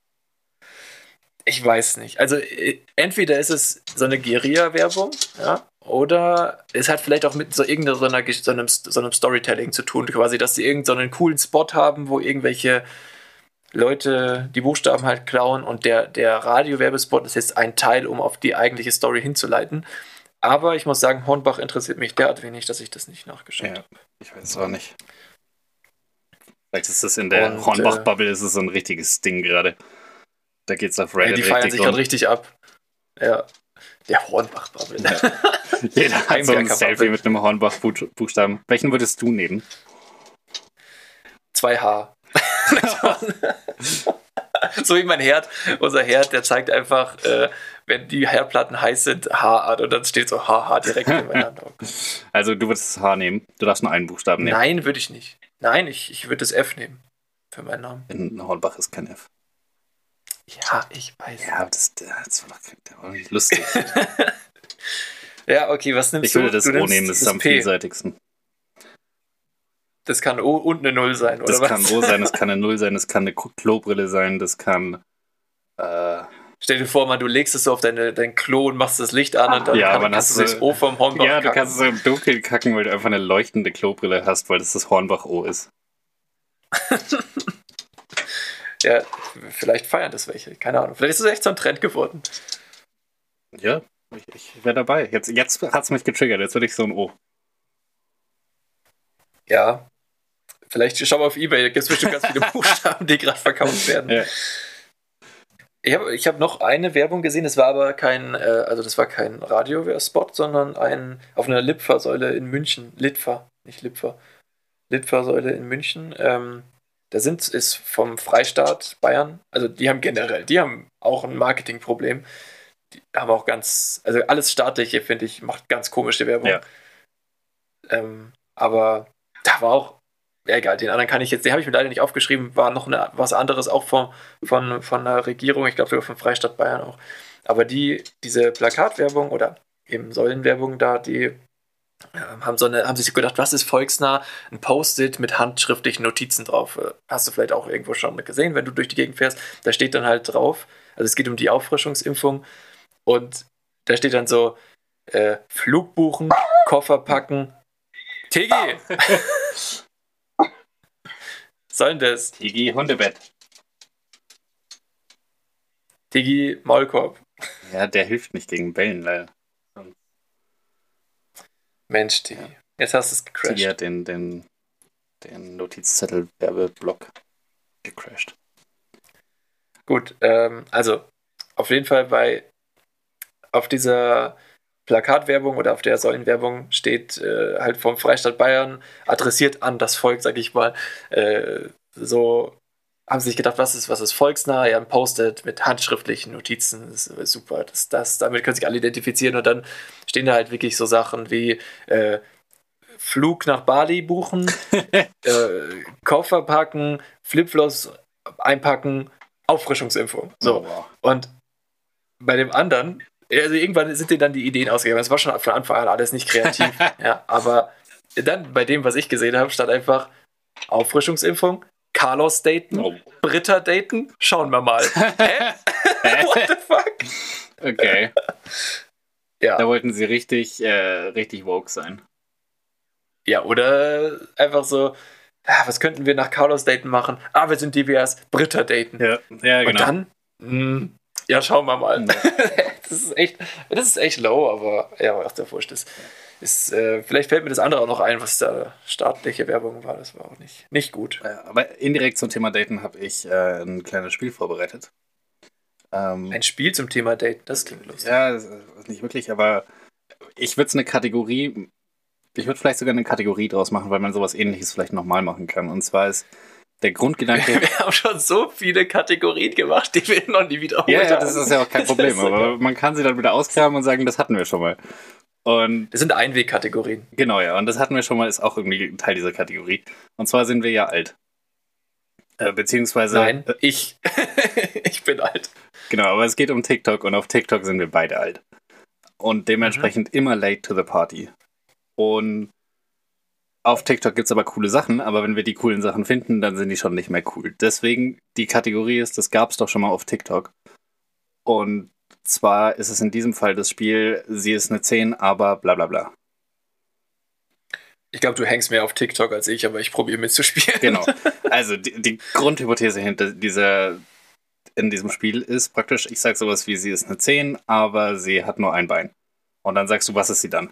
[SPEAKER 2] Ich weiß nicht. Also entweder ist es so eine Guerilla-Werbung, ja, oder es hat vielleicht auch mit so irgendeiner so, einer, so, einem, so einem Storytelling zu tun, quasi, dass sie irgendeinen so coolen Spot haben, wo irgendwelche Leute die Buchstaben halt klauen und der, der Radio-Werbespot ist jetzt ein Teil, um auf die eigentliche Story hinzuleiten. Aber ich muss sagen, Hornbach interessiert mich derart wenig, dass ich das nicht nachgeschaut habe.
[SPEAKER 3] Ja, ich weiß es auch nicht. Vielleicht ist das in der und, Hornbach-Bubble, äh, ist es so ein richtiges Ding gerade. Da geht's auf Reddit.
[SPEAKER 2] Ja, die feiern sich gerade richtig ab. Ja. Der Hornbach-Bubble.
[SPEAKER 3] Ja. Jeder hat so ein Selfie mit einem Hornbach-Buchstaben. Welchen würdest du nehmen?
[SPEAKER 2] zwei H. So wie mein Herd. Unser Herd, der zeigt einfach, äh, wenn die Herdplatten heiß sind, H an und dann steht so H H direkt in meiner Hand.
[SPEAKER 3] Also du würdest das H nehmen? Du darfst nur einen Buchstaben nehmen?
[SPEAKER 2] Nein, würde ich nicht. Nein, ich, ich würde das F nehmen. Für meinen Namen.
[SPEAKER 3] In Hornbach ist kein F.
[SPEAKER 2] Ja, ich weiß.
[SPEAKER 3] Ja, das, das war doch das war nicht lustig.
[SPEAKER 2] Ja, okay, was nimmst
[SPEAKER 3] ich du? Ich würde
[SPEAKER 2] das
[SPEAKER 3] du O nehmen, das ist am P. vielseitigsten.
[SPEAKER 2] Das kann O und eine Null sein, oder
[SPEAKER 3] das
[SPEAKER 2] was?
[SPEAKER 3] Das kann O sein, das kann eine Null sein, das kann eine Klobrille sein, das kann... Äh,
[SPEAKER 2] Stell dir vor, man, du legst es so auf deine, dein Klo und machst das Licht an und dann
[SPEAKER 3] ja,
[SPEAKER 2] kann,
[SPEAKER 3] man
[SPEAKER 2] kannst du das O vom Hornbach
[SPEAKER 3] Ja,
[SPEAKER 2] kacken.
[SPEAKER 3] du kannst so im Dunkeln kacken, weil du einfach eine leuchtende Klobrille hast, weil das das Hornbach-O ist.
[SPEAKER 2] Ja, vielleicht feiern das welche, keine Ahnung. Vielleicht ist es echt so ein Trend geworden.
[SPEAKER 3] Ja, ich, ich wäre dabei. Jetzt, jetzt hat es mich getriggert, jetzt würde ich so ein O.
[SPEAKER 2] Ja, vielleicht schau mal auf eBay, da gibt es bestimmt ganz viele Buchstaben, die gerade verkauft werden. Ja. Ich habe ich hab noch eine Werbung gesehen, das war aber kein, äh, also das war kein Radio-Spot, sondern ein auf einer Litfaßsäule in München. Litfa, nicht Lipfer. Litfaßsäule in München. Ähm, da sind ist vom Freistaat Bayern, also die haben generell, die haben auch ein Marketingproblem. Die haben auch ganz, also alles Staatliche, finde ich, macht ganz komische Werbung.
[SPEAKER 3] Ja.
[SPEAKER 2] Ähm, aber da war auch, ja egal, den anderen kann ich jetzt, den habe ich mir leider nicht aufgeschrieben, war noch eine, was anderes auch von, von, von der Regierung, ich glaube sogar vom Freistaat Bayern auch. Aber die, diese Plakatwerbung oder eben Säulenwerbung da, die äh, haben so eine, haben sich gedacht, was ist volksnah? Ein Post-it mit handschriftlichen Notizen drauf. Äh, hast du vielleicht auch irgendwo schon gesehen, wenn du durch die Gegend fährst. Da steht dann halt drauf, also es geht um die Auffrischungsimpfung und da steht dann so, äh, Flug buchen, Koffer packen, Tigi! Sollen das?
[SPEAKER 3] Tigi, Hundebett.
[SPEAKER 2] Tigi, Maulkorb.
[SPEAKER 3] Ja, der hilft nicht gegen Bellen, leider.
[SPEAKER 2] Mensch, Tigi. Ja. Jetzt hast du es gecrashed.
[SPEAKER 3] Tigi hat den, den, den Notizzettel-Werbeblock gecrashed.
[SPEAKER 2] Gut, ähm, also auf jeden Fall bei auf dieser Plakatwerbung oder auf der Säulenwerbung steht äh, halt vom Freistaat Bayern, adressiert an das Volk, sag ich mal, äh, so haben sie sich gedacht, was ist, was ist volksnah? Ja, ein Post-it mit handschriftlichen Notizen, das ist super. Das, das, damit können sich alle identifizieren und dann stehen da halt wirklich so Sachen wie äh, Flug nach Bali buchen, äh, Koffer packen, Flipflops einpacken, Auffrischungsimpfung. So.
[SPEAKER 3] Oh, wow.
[SPEAKER 2] Und bei dem anderen, also irgendwann sind denen dann die Ideen ausgegangen. Das war schon von Anfang an alles nicht kreativ. Ja, aber dann bei dem, was ich gesehen habe, stand einfach Auffrischungsimpfung, Carlos daten,
[SPEAKER 3] Oh.
[SPEAKER 2] Britta daten, schauen wir mal. Hä? What the fuck?
[SPEAKER 3] Okay.
[SPEAKER 2] Ja.
[SPEAKER 3] Da wollten sie richtig, äh, richtig woke sein.
[SPEAKER 2] Ja, oder einfach so, ah, was könnten wir nach Carlos daten machen? Ah, wir sind divers, Britta daten.
[SPEAKER 3] Ja, ja genau.
[SPEAKER 2] Und dann, mh, ja, schauen wir mal.
[SPEAKER 3] Ja.
[SPEAKER 2] Das ist echt, das ist echt low, aber ja, was der Wurscht ist. ist äh, vielleicht fällt mir das andere auch noch ein, was da staatliche Werbung war. Das war auch nicht, nicht gut.
[SPEAKER 3] Ja, aber indirekt zum Thema Daten habe ich äh, ein kleines Spiel vorbereitet. Ähm,
[SPEAKER 2] Ein Spiel zum Thema Daten, das klingt lustig.
[SPEAKER 3] ja, das ist nicht wirklich, aber ich würde es eine Kategorie, ich würde vielleicht sogar eine Kategorie draus machen, weil man sowas Ähnliches vielleicht nochmal machen kann. Und zwar ist der Grundgedanke.
[SPEAKER 2] Wir haben schon so viele Kategorien gemacht, die wir noch nie wiederholt
[SPEAKER 3] Ja, ja,
[SPEAKER 2] haben.
[SPEAKER 3] das ist ja auch kein Problem, aber man kann sie dann wieder ausgraben und sagen, das hatten wir schon mal. Und
[SPEAKER 2] Das sind Einwegkategorien.
[SPEAKER 3] genau, ja, und das hatten wir schon mal, ist auch irgendwie Teil dieser Kategorie. Und zwar sind wir ja alt. Äh, beziehungsweise.
[SPEAKER 2] Nein,
[SPEAKER 3] Äh,
[SPEAKER 2] ich. ich bin alt.
[SPEAKER 3] genau, aber es geht um TikTok und auf TikTok sind wir beide alt. Und dementsprechend
[SPEAKER 2] Mhm.
[SPEAKER 3] immer late to the party. Und auf TikTok gibt es aber coole Sachen, aber wenn wir die coolen Sachen finden, dann sind die schon nicht mehr cool. Deswegen, die Kategorie ist, das gab es doch schon mal auf TikTok. Und zwar ist es in diesem Fall das Spiel, sie ist eine zehn, aber bla bla bla.
[SPEAKER 2] Ich glaube, du hängst mehr auf TikTok als ich, aber ich probiere mitzuspielen.
[SPEAKER 3] Genau. Also die, die Grundhypothese hinter dieser, in diesem Spiel ist praktisch, ich sage sowas wie, sie ist eine zehn, aber sie hat nur ein Bein. Und dann sagst du, was ist sie dann?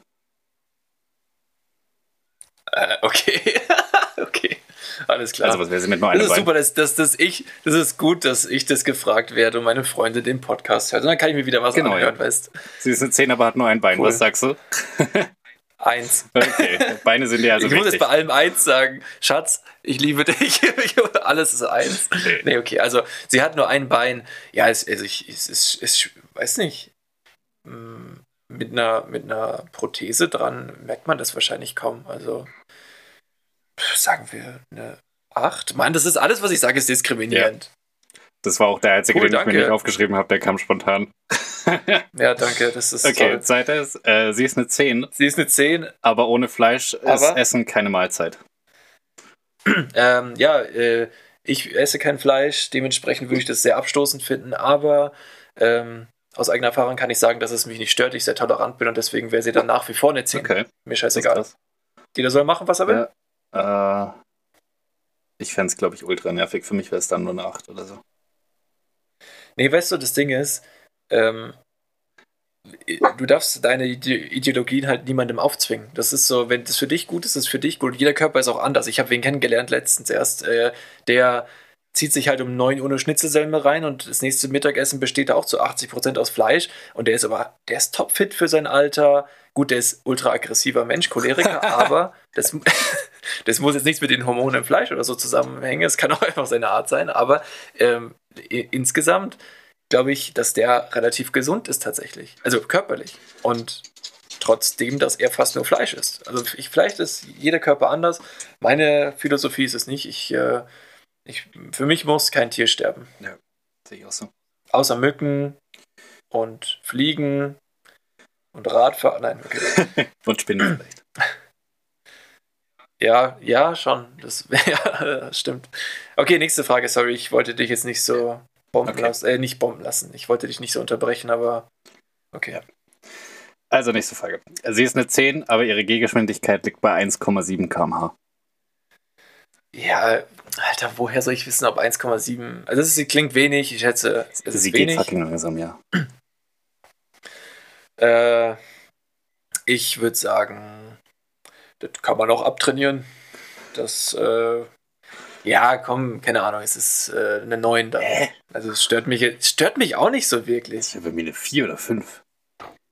[SPEAKER 2] Äh, okay. okay. Alles klar.
[SPEAKER 3] Also was wäre sie mit nur
[SPEAKER 2] das
[SPEAKER 3] einem
[SPEAKER 2] ist
[SPEAKER 3] Bein?
[SPEAKER 2] super, dass, dass, dass ich, das ist gut, dass ich das gefragt werde und meine Freunde den Podcast hören. Und dann kann ich mir wieder was
[SPEAKER 3] Genau,
[SPEAKER 2] anhören,
[SPEAKER 3] ja.
[SPEAKER 2] weißt
[SPEAKER 3] Sie ist eine zehn, aber hat nur ein Bein.
[SPEAKER 2] Cool.
[SPEAKER 3] Was sagst du?
[SPEAKER 2] Eins.
[SPEAKER 3] Okay, Beine sind ja also
[SPEAKER 2] ich muss jetzt
[SPEAKER 3] wichtig.
[SPEAKER 2] bei allem eins sagen. Schatz, ich liebe dich. Alles ist eins.
[SPEAKER 3] Nee.
[SPEAKER 2] Nee, okay, also sie hat nur ein Bein. Ja, es, also ich, es ist, es, weiß nicht. Mm, Mit einer, mit einer Prothese dran merkt man das wahrscheinlich kaum. Also pff, sagen wir eine acht. Mann, das ist alles, was ich sage, ist diskriminierend.
[SPEAKER 3] Das war auch der einzige,
[SPEAKER 2] Cool,
[SPEAKER 3] den ich mir
[SPEAKER 2] danke.
[SPEAKER 3] nicht aufgeschrieben habe, der kam spontan.
[SPEAKER 2] Ja, danke, das ist
[SPEAKER 3] Okay,
[SPEAKER 2] toll.
[SPEAKER 3] zweite ist, äh, sie ist eine zehn,
[SPEAKER 2] Sie ist eine zehn.
[SPEAKER 3] aber ohne Fleisch ist
[SPEAKER 2] Aber-
[SPEAKER 3] Essen keine Mahlzeit.
[SPEAKER 2] Ähm, ja, äh, ich esse kein Fleisch, dementsprechend würde ich das sehr abstoßend finden, aber ähm, aus eigener Erfahrung kann ich sagen, dass es mich nicht stört, ich sehr tolerant bin und deswegen wäre sie dann nach wie vor eine zehn.
[SPEAKER 3] Okay,
[SPEAKER 2] Mir
[SPEAKER 3] das ist
[SPEAKER 2] scheißegal.
[SPEAKER 3] krass.
[SPEAKER 2] Jeder soll machen, was er will.
[SPEAKER 3] Ja. Äh, ich fände es, glaube ich, ultra nervig. Für mich wäre es dann nur eine acht oder so.
[SPEAKER 2] Nee, weißt du, das Ding ist, ähm, du darfst deine Ide Ideologien halt niemandem aufzwingen. Das ist so, wenn das für dich gut ist, ist es für dich gut. Jeder Körper ist auch anders. Ich habe wen kennengelernt letztens erst, äh, der zieht sich halt um neun Uhr eine Schnitzelselme rein und das nächste Mittagessen besteht auch zu achtzig Prozent aus Fleisch und der ist aber, der ist topfit für sein Alter. Gut, der ist ultra aggressiver Mensch, Choleriker, aber das, das muss jetzt nichts mit den Hormonen im Fleisch oder so zusammenhängen. Es kann auch einfach seine Art sein, aber ähm, i- insgesamt glaube ich, dass der relativ gesund ist tatsächlich. Also körperlich. Und trotzdem, dass er fast nur Fleisch ist. Also ich, vielleicht ist jeder Körper anders. Meine Philosophie ist es nicht. Ich, äh, ich, für mich muss kein Tier sterben.
[SPEAKER 3] Sehe ich auch so.
[SPEAKER 2] Außer Mücken und Fliegen und Radfahren. Nein, okay.
[SPEAKER 3] Und Spinnen vielleicht.
[SPEAKER 2] Ja, ja, schon. Das, ja, das stimmt. Okay, nächste Frage. Sorry, ich wollte dich jetzt nicht so bomben
[SPEAKER 3] Okay.
[SPEAKER 2] lassen. Äh, nicht bomben lassen. Ich wollte dich nicht so unterbrechen, aber okay.
[SPEAKER 3] Also nächste Frage. Sie ist eine zehn, aber ihre Gehgeschwindigkeit liegt bei eins Komma sieben Kilometer pro Stunde.
[SPEAKER 2] Ja, Alter, woher soll ich wissen, ob eins Komma sieben... Also das ist, klingt wenig, ich schätze, es ist
[SPEAKER 3] Sie geht
[SPEAKER 2] wenig.
[SPEAKER 3] fucking langsam, ja.
[SPEAKER 2] Äh, ich würde sagen, das kann man auch abtrainieren. Das, äh, ja, komm, keine Ahnung, es ist äh, eine neun dann.
[SPEAKER 3] Hä?
[SPEAKER 2] Also es stört mich, es stört mich auch nicht so wirklich.
[SPEAKER 3] Das wäre bei mir eine vier oder fünf.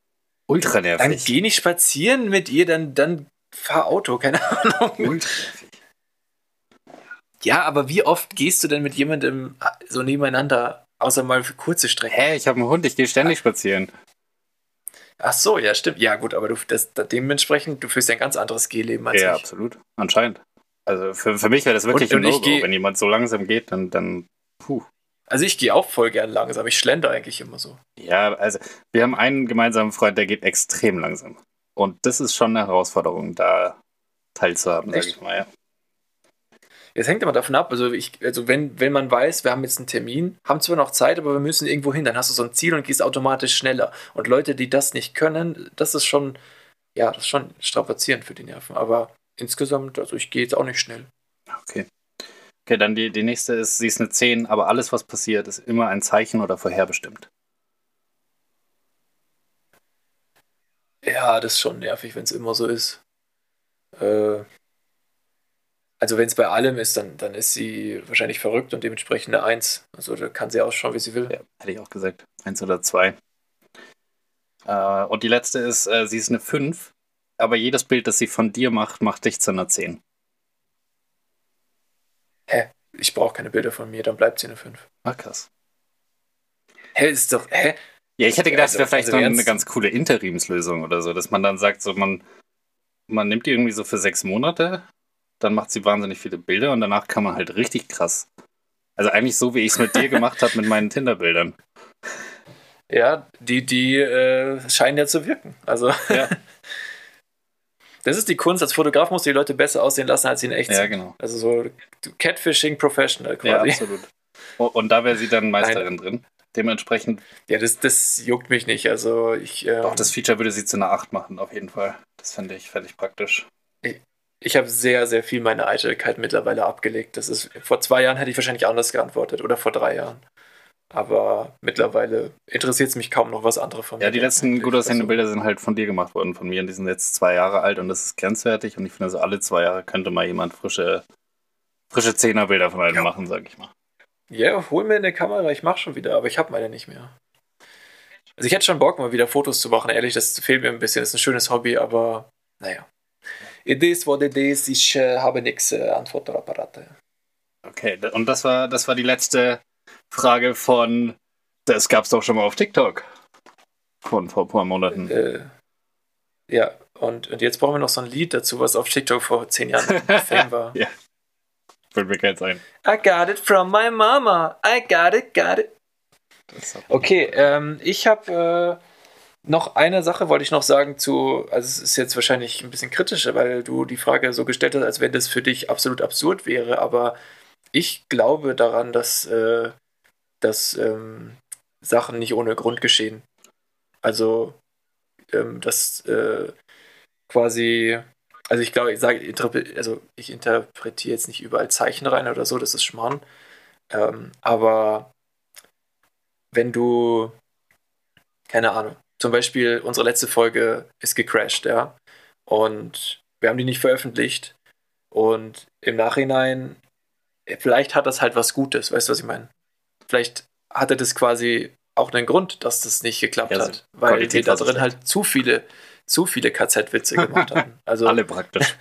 [SPEAKER 3] Ultra
[SPEAKER 2] Dann
[SPEAKER 3] nervig.
[SPEAKER 2] geh nicht spazieren mit ihr, dann, dann fahr Auto, keine Ahnung.
[SPEAKER 3] Ultra nervig.
[SPEAKER 2] Ja, aber wie oft gehst du denn mit jemandem so nebeneinander, außer mal für kurze Strecken?
[SPEAKER 3] Hä, ich habe einen Hund, ich gehe ständig spazieren.
[SPEAKER 2] Ach so, ja, stimmt. Ja, gut, aber du, das, das dementsprechend, du führst ja ein ganz anderes Gehleben als
[SPEAKER 3] Ja,
[SPEAKER 2] ich.
[SPEAKER 3] absolut. Anscheinend. Also für, für mich wäre das wirklich
[SPEAKER 2] Und-
[SPEAKER 3] ein
[SPEAKER 2] und ich
[SPEAKER 3] No-Go.
[SPEAKER 2] geh-
[SPEAKER 3] Wenn jemand so langsam geht, dann, dann puh.
[SPEAKER 2] Also ich gehe auch voll gern langsam. Ich schlender eigentlich immer so.
[SPEAKER 3] Ja, also wir haben einen gemeinsamen Freund, der geht extrem langsam. Und das ist schon eine Herausforderung, da teilzuhaben, sag
[SPEAKER 2] Echt?
[SPEAKER 3] ich mal. Ja.
[SPEAKER 2] Es hängt immer davon ab, also, ich, also wenn, wenn man weiß, wir haben jetzt einen Termin, haben zwar noch Zeit, aber wir müssen irgendwo hin, dann hast du so ein Ziel und gehst automatisch schneller. Und Leute, die das nicht können, das ist schon, ja, das ist schon strapazierend für die Nerven. Aber insgesamt, also ich gehe jetzt auch nicht schnell.
[SPEAKER 3] Okay. Okay, dann die, die nächste ist, sie ist eine zehn, aber alles, was passiert, ist immer ein Zeichen oder vorherbestimmt.
[SPEAKER 2] Ja, das ist schon nervig, wenn es immer so ist. Äh, also wenn es bei allem ist, dann, dann ist sie wahrscheinlich verrückt und dementsprechend eine Eins. Also da kann sie ausschauen, wie sie will.
[SPEAKER 3] Ja, hätte ich auch gesagt. Eins oder zwei. Äh, und die letzte ist, äh, sie ist eine fünf, aber jedes Bild, das sie von dir macht, macht dich zu einer zehn.
[SPEAKER 2] Hä? Ich brauche keine Bilder von mir, dann bleibt sie eine fünf.
[SPEAKER 3] Ah, krass.
[SPEAKER 2] Hä, ist doch, hä?
[SPEAKER 3] Ja, ich hätte gedacht,
[SPEAKER 2] Also-
[SPEAKER 3] es wäre vielleicht
[SPEAKER 2] also
[SPEAKER 3] noch eine
[SPEAKER 2] ernst?
[SPEAKER 3] ganz coole Interimslösung oder so, dass man dann sagt, so man, man nimmt die irgendwie so für sechs Monate, dann macht sie wahnsinnig viele Bilder und danach kann man halt richtig krass. Also eigentlich so, wie ich es mit dir gemacht habe mit meinen Tinder-Bildern.
[SPEAKER 2] Ja, die, die äh, scheinen ja zu wirken. Also,
[SPEAKER 3] Ja.
[SPEAKER 2] das ist die Kunst. Als Fotograf musst du die Leute besser aussehen lassen, als sie in echt
[SPEAKER 3] Ja,
[SPEAKER 2] sind.
[SPEAKER 3] genau.
[SPEAKER 2] Also so Catfishing Professional
[SPEAKER 3] Ja,
[SPEAKER 2] quasi.
[SPEAKER 3] absolut. Und, und da wäre sie dann Meisterin drin. Dementsprechend,
[SPEAKER 2] Ja, das, das juckt mich nicht. Also ich, ähm,
[SPEAKER 3] auch das Feature würde sie zu einer acht machen, auf jeden Fall. Das fände ich, fänd ich praktisch.
[SPEAKER 2] ich habe sehr, sehr viel meine Eitelkeit mittlerweile abgelegt. Das ist, vor zwei Jahren hätte ich wahrscheinlich anders geantwortet oder vor drei Jahren. Aber mittlerweile interessiert es mich kaum noch, was andere von mir
[SPEAKER 3] Ja, die
[SPEAKER 2] denken.
[SPEAKER 3] letzten gut aussehenden
[SPEAKER 2] Also,
[SPEAKER 3] Bilder sind halt von dir gemacht worden, von mir. Und die sind jetzt zwei Jahre alt und das ist grenzwertig. Und ich finde, so alle zwei Jahre könnte mal jemand frische, frische Zehner-Bilder von einem
[SPEAKER 2] Ja.
[SPEAKER 3] machen, sag ich mal.
[SPEAKER 2] Ja, hol mir eine Kamera, ich mache schon wieder, aber ich habe meine nicht mehr. Also ich hätte schon Bock, mal wieder Fotos zu machen, ehrlich, das fehlt mir ein bisschen. Das ist ein schönes Hobby, aber naja. It is what it is, ich äh, habe nichts äh, an Fotoapparate.
[SPEAKER 3] Okay, d- und das war, das war die letzte Frage von, das gab's doch schon mal auf TikTok. Von vor ein paar Monaten.
[SPEAKER 2] Äh, ja, und, und jetzt brauchen wir noch so ein Lied dazu, was auf TikTok vor zehn Jahren Fame war.
[SPEAKER 3] Ja. Fällt mir keins ein.
[SPEAKER 2] I got it from my mama, I got it, got it.
[SPEAKER 3] Das ist
[SPEAKER 2] Okay, ähm, ich habe äh, noch eine Sache, wollte ich noch sagen zu, also es ist jetzt wahrscheinlich ein bisschen kritischer, weil du die Frage so gestellt hast, als wenn das für dich absolut absurd wäre, aber ich glaube daran, dass, äh, dass ähm, Sachen nicht ohne Grund geschehen. Also, ähm, dass äh, quasi, also ich glaube, ich sage, interpre- also ich interpretiere jetzt nicht überall Zeichen rein oder so, das ist Schmarrn. Ähm, aber wenn du, keine Ahnung, zum Beispiel unsere letzte Folge ist gecrashed, ja, und wir haben die nicht veröffentlicht und im Nachhinein, vielleicht hat das halt was Gutes, weißt du, was ich meine? Vielleicht hatte das quasi auch einen Grund, dass das nicht geklappt
[SPEAKER 3] Ja, also
[SPEAKER 2] hat, weil
[SPEAKER 3] Qualität
[SPEAKER 2] wir da
[SPEAKER 3] war so
[SPEAKER 2] drin
[SPEAKER 3] schlecht.
[SPEAKER 2] halt zu viele, zu viele K Z-Witze gemacht haben. Also,
[SPEAKER 3] alle praktisch.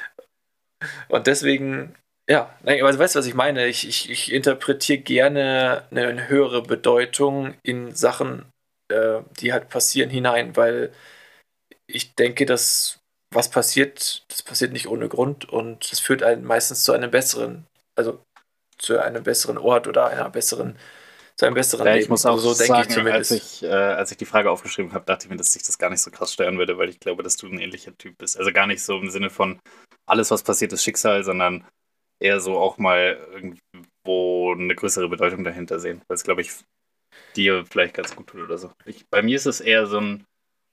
[SPEAKER 2] und deswegen, ja, nein, aber weißt du, was ich meine? Ich, ich, ich interpretiere gerne eine, eine höhere Bedeutung in Sachen, äh, die halt passieren, hinein, weil ich denke, dass was passiert, das passiert nicht ohne Grund und das führt einen meistens zu einem besseren, also zu einem besseren Ort oder einer besseren, zu einem besseren
[SPEAKER 3] Ja,
[SPEAKER 2] Leben.
[SPEAKER 3] ich muss auch
[SPEAKER 2] Also so denke ich
[SPEAKER 3] sagen, als
[SPEAKER 2] zumindest.
[SPEAKER 3] ich, äh, als ich die Frage aufgeschrieben habe, dachte ich mir, dass sich das gar nicht so krass steuern würde, weil ich glaube, dass du ein ähnlicher Typ bist. Also gar nicht so im Sinne von alles, was passiert, ist Schicksal, sondern eher so auch mal irgendwo eine größere Bedeutung dahinter sehen. Weil es, glaube ich, dir vielleicht ganz gut tut oder so. Ich, bei mir ist es eher so ein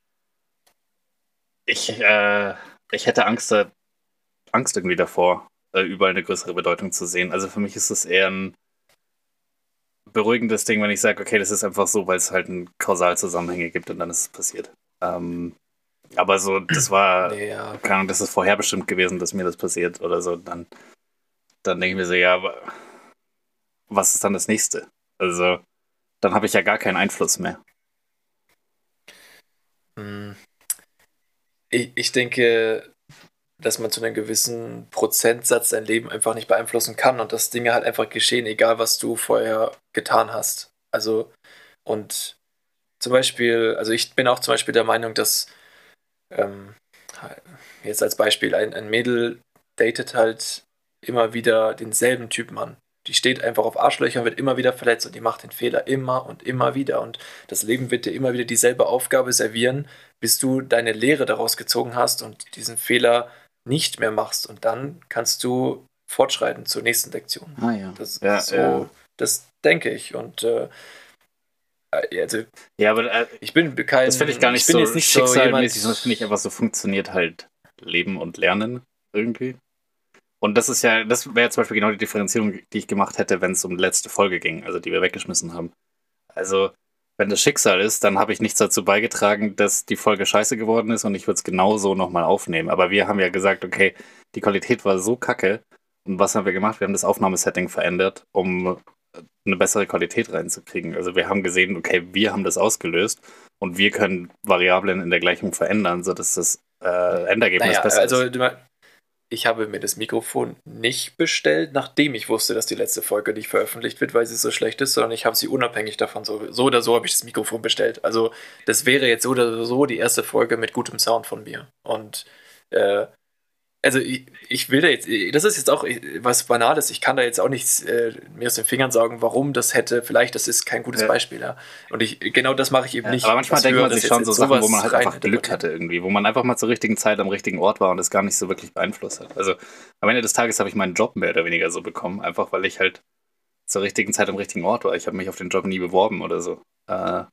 [SPEAKER 3] ich, äh, ich hätte Angst, da- Angst irgendwie davor, äh, überall eine größere Bedeutung zu sehen. Also für mich ist es eher ein beruhigendes Ding, wenn ich sage, okay, das ist einfach so, weil es halt einen Kausalzusammenhänge gibt und dann ist es passiert. Ähm, aber so, das war,
[SPEAKER 2] Nee, ja.
[SPEAKER 3] keine Ahnung, das ist vorherbestimmt gewesen, dass mir das passiert oder so, dann, dann denke ich mir so, ja, aber was ist dann das nächste? Also, dann habe ich ja gar keinen Einfluss mehr.
[SPEAKER 2] Hm. ich, ich denke, dass man zu einem gewissen Prozentsatz sein Leben einfach nicht beeinflussen kann und dass Dinge halt einfach geschehen, egal was du vorher getan hast. Also, und zum Beispiel, also ich bin auch zum Beispiel der Meinung, dass ähm, jetzt als Beispiel ein, ein Mädel datet halt immer wieder denselben Typen an. Die steht einfach auf Arschlöchern, wird immer wieder verletzt und die macht den Fehler immer und immer wieder. Und das Leben wird dir immer wieder dieselbe Aufgabe servieren, bis du deine Lehre daraus gezogen hast und diesen Fehler nicht mehr machst. Und dann kannst du fortschreiten zur nächsten Lektion.
[SPEAKER 3] Ah ja.
[SPEAKER 2] Das,
[SPEAKER 3] Ja,
[SPEAKER 2] so,
[SPEAKER 3] ja.
[SPEAKER 2] das denke ich. Und äh, also
[SPEAKER 3] Ja, aber äh,
[SPEAKER 2] ich bin kein,
[SPEAKER 3] das finde ich gar nicht
[SPEAKER 2] ich bin
[SPEAKER 3] so
[SPEAKER 2] jetzt nicht so
[SPEAKER 3] schicksalmäßig, sondern
[SPEAKER 2] jemand,
[SPEAKER 3] das finde ich einfach so funktioniert halt Leben und Lernen irgendwie. Und das ist ja, das wäre zum Beispiel genau die Differenzierung, die ich gemacht hätte, wenn es um die letzte Folge ging, also die wir weggeschmissen haben. Also, wenn das Schicksal ist, dann habe ich nichts dazu beigetragen, dass die Folge scheiße geworden ist und ich würde es genauso nochmal aufnehmen. Aber wir haben ja gesagt, okay, die Qualität war so kacke. Und was haben wir gemacht? Wir haben das Aufnahmesetting verändert, um eine bessere Qualität reinzukriegen. Also wir haben gesehen, okay, wir haben das ausgelöst und wir können Variablen in der Gleichung verändern, sodass das äh, Endergebnis
[SPEAKER 2] naja,
[SPEAKER 3] besser
[SPEAKER 2] also
[SPEAKER 3] ist.
[SPEAKER 2] ich habe mir das Mikrofon nicht bestellt, nachdem ich wusste, dass die letzte Folge nicht veröffentlicht wird, weil sie so schlecht ist, sondern ich habe sie unabhängig davon, so, so oder so habe ich das Mikrofon bestellt. Also das wäre jetzt so oder so die erste Folge mit gutem Sound von mir. Und äh, also ich, ich will da jetzt, das ist jetzt auch was Banales, ich kann da jetzt auch nichts äh, mir aus den Fingern sagen, warum das hätte, vielleicht, das ist kein gutes
[SPEAKER 3] Ja.
[SPEAKER 2] Beispiel, ja. Und ich, genau das mache ich eben
[SPEAKER 3] Ja,
[SPEAKER 2] nicht.
[SPEAKER 3] aber manchmal
[SPEAKER 2] Was
[SPEAKER 3] denkt man
[SPEAKER 2] Höheres
[SPEAKER 3] sich
[SPEAKER 2] jetzt
[SPEAKER 3] schon
[SPEAKER 2] in
[SPEAKER 3] so Sachen, wo
[SPEAKER 2] sowas
[SPEAKER 3] man halt
[SPEAKER 2] rein
[SPEAKER 3] einfach Glück
[SPEAKER 2] interpretieren.
[SPEAKER 3] hatte irgendwie, wo man einfach mal zur richtigen Zeit am richtigen Ort war und es gar nicht so wirklich beeinflusst hat. Also am Ende des Tages habe ich meinen Job mehr oder weniger so bekommen, einfach weil ich halt zur richtigen Zeit am richtigen Ort war. Ich habe mich auf den Job nie beworben oder so. Äh,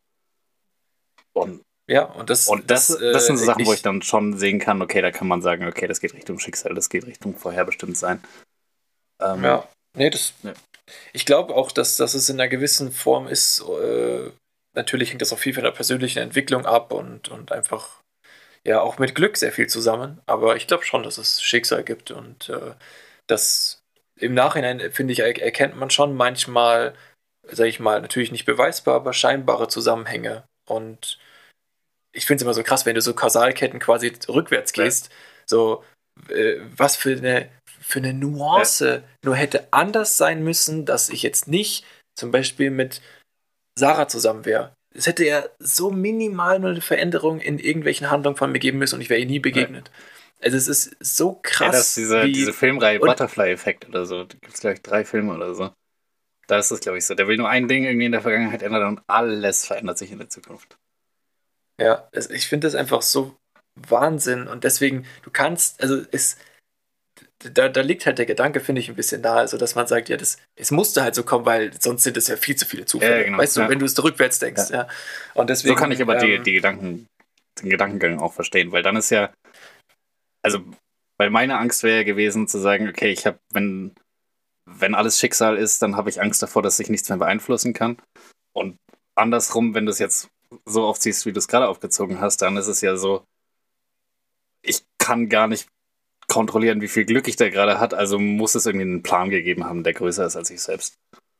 [SPEAKER 3] und
[SPEAKER 2] Ja, und das,
[SPEAKER 3] und das,
[SPEAKER 2] das,
[SPEAKER 3] das sind so
[SPEAKER 2] äh,
[SPEAKER 3] Sachen, wo ich
[SPEAKER 2] ich,
[SPEAKER 3] dann schon sehen kann, okay, da kann man sagen, okay, das geht Richtung Schicksal, das geht Richtung vorherbestimmt sein. Ähm,
[SPEAKER 2] ja, nee, das,
[SPEAKER 3] Ja.
[SPEAKER 2] ich glaube auch, dass, dass es in einer gewissen Form ist, äh, natürlich hängt das auch viel von der persönlichen Entwicklung ab und, und einfach, ja, auch mit Glück sehr viel zusammen. Aber ich glaube schon, dass es Schicksal gibt und äh, das im Nachhinein, äh, finde ich, er, erkennt man schon manchmal, sage ich mal, natürlich nicht beweisbar, aber scheinbare Zusammenhänge. Und ich finde es immer so krass, wenn du so Kausalketten quasi rückwärts
[SPEAKER 3] Ja.
[SPEAKER 2] gehst, so äh, was für eine, für eine Nuance nur hätte anders sein müssen, dass ich jetzt nicht zum Beispiel mit Sarah zusammen wäre. Es hätte ja so minimal nur eine Veränderung in irgendwelchen Handlungen von mir geben müssen und ich wäre ihr nie begegnet. Also es ist so krass,
[SPEAKER 3] Ja, das ist diese,
[SPEAKER 2] wie
[SPEAKER 3] diese Filmreihe
[SPEAKER 2] und-
[SPEAKER 3] Butterfly-Effekt oder so. Da gibt es, glaube ich, drei Filme oder so. Da ist es, glaube ich, so. Der will nur ein Ding irgendwie in der Vergangenheit ändern und alles verändert sich in der Zukunft.
[SPEAKER 2] ja, es, ich finde das einfach so Wahnsinn und deswegen, du kannst, also es, da, da liegt halt der Gedanke, finde ich, ein bisschen nahe, also dass man sagt, ja, das, es musste halt so kommen, weil sonst sind es ja viel zu viele Zufälle.
[SPEAKER 3] Ja, genau,
[SPEAKER 2] Weißt du,
[SPEAKER 3] ja.
[SPEAKER 2] wenn du es rückwärts denkst, ja. Und deswegen,
[SPEAKER 3] So kann ich aber die,
[SPEAKER 2] ähm,
[SPEAKER 3] die Gedanken, den Gedankengang auch verstehen, weil dann ist ja, also, weil meine Angst wäre ja gewesen zu sagen, okay, ich habe, wenn, wenn alles Schicksal ist, dann habe ich Angst davor, dass ich nichts mehr beeinflussen kann. Und andersrum, wenn du es jetzt so aufziehst, wie du es gerade aufgezogen hast, dann ist es ja so, ich kann gar nicht kontrollieren, wie viel Glück ich da gerade hat, also muss es irgendwie einen Plan gegeben haben, der größer ist als ich selbst.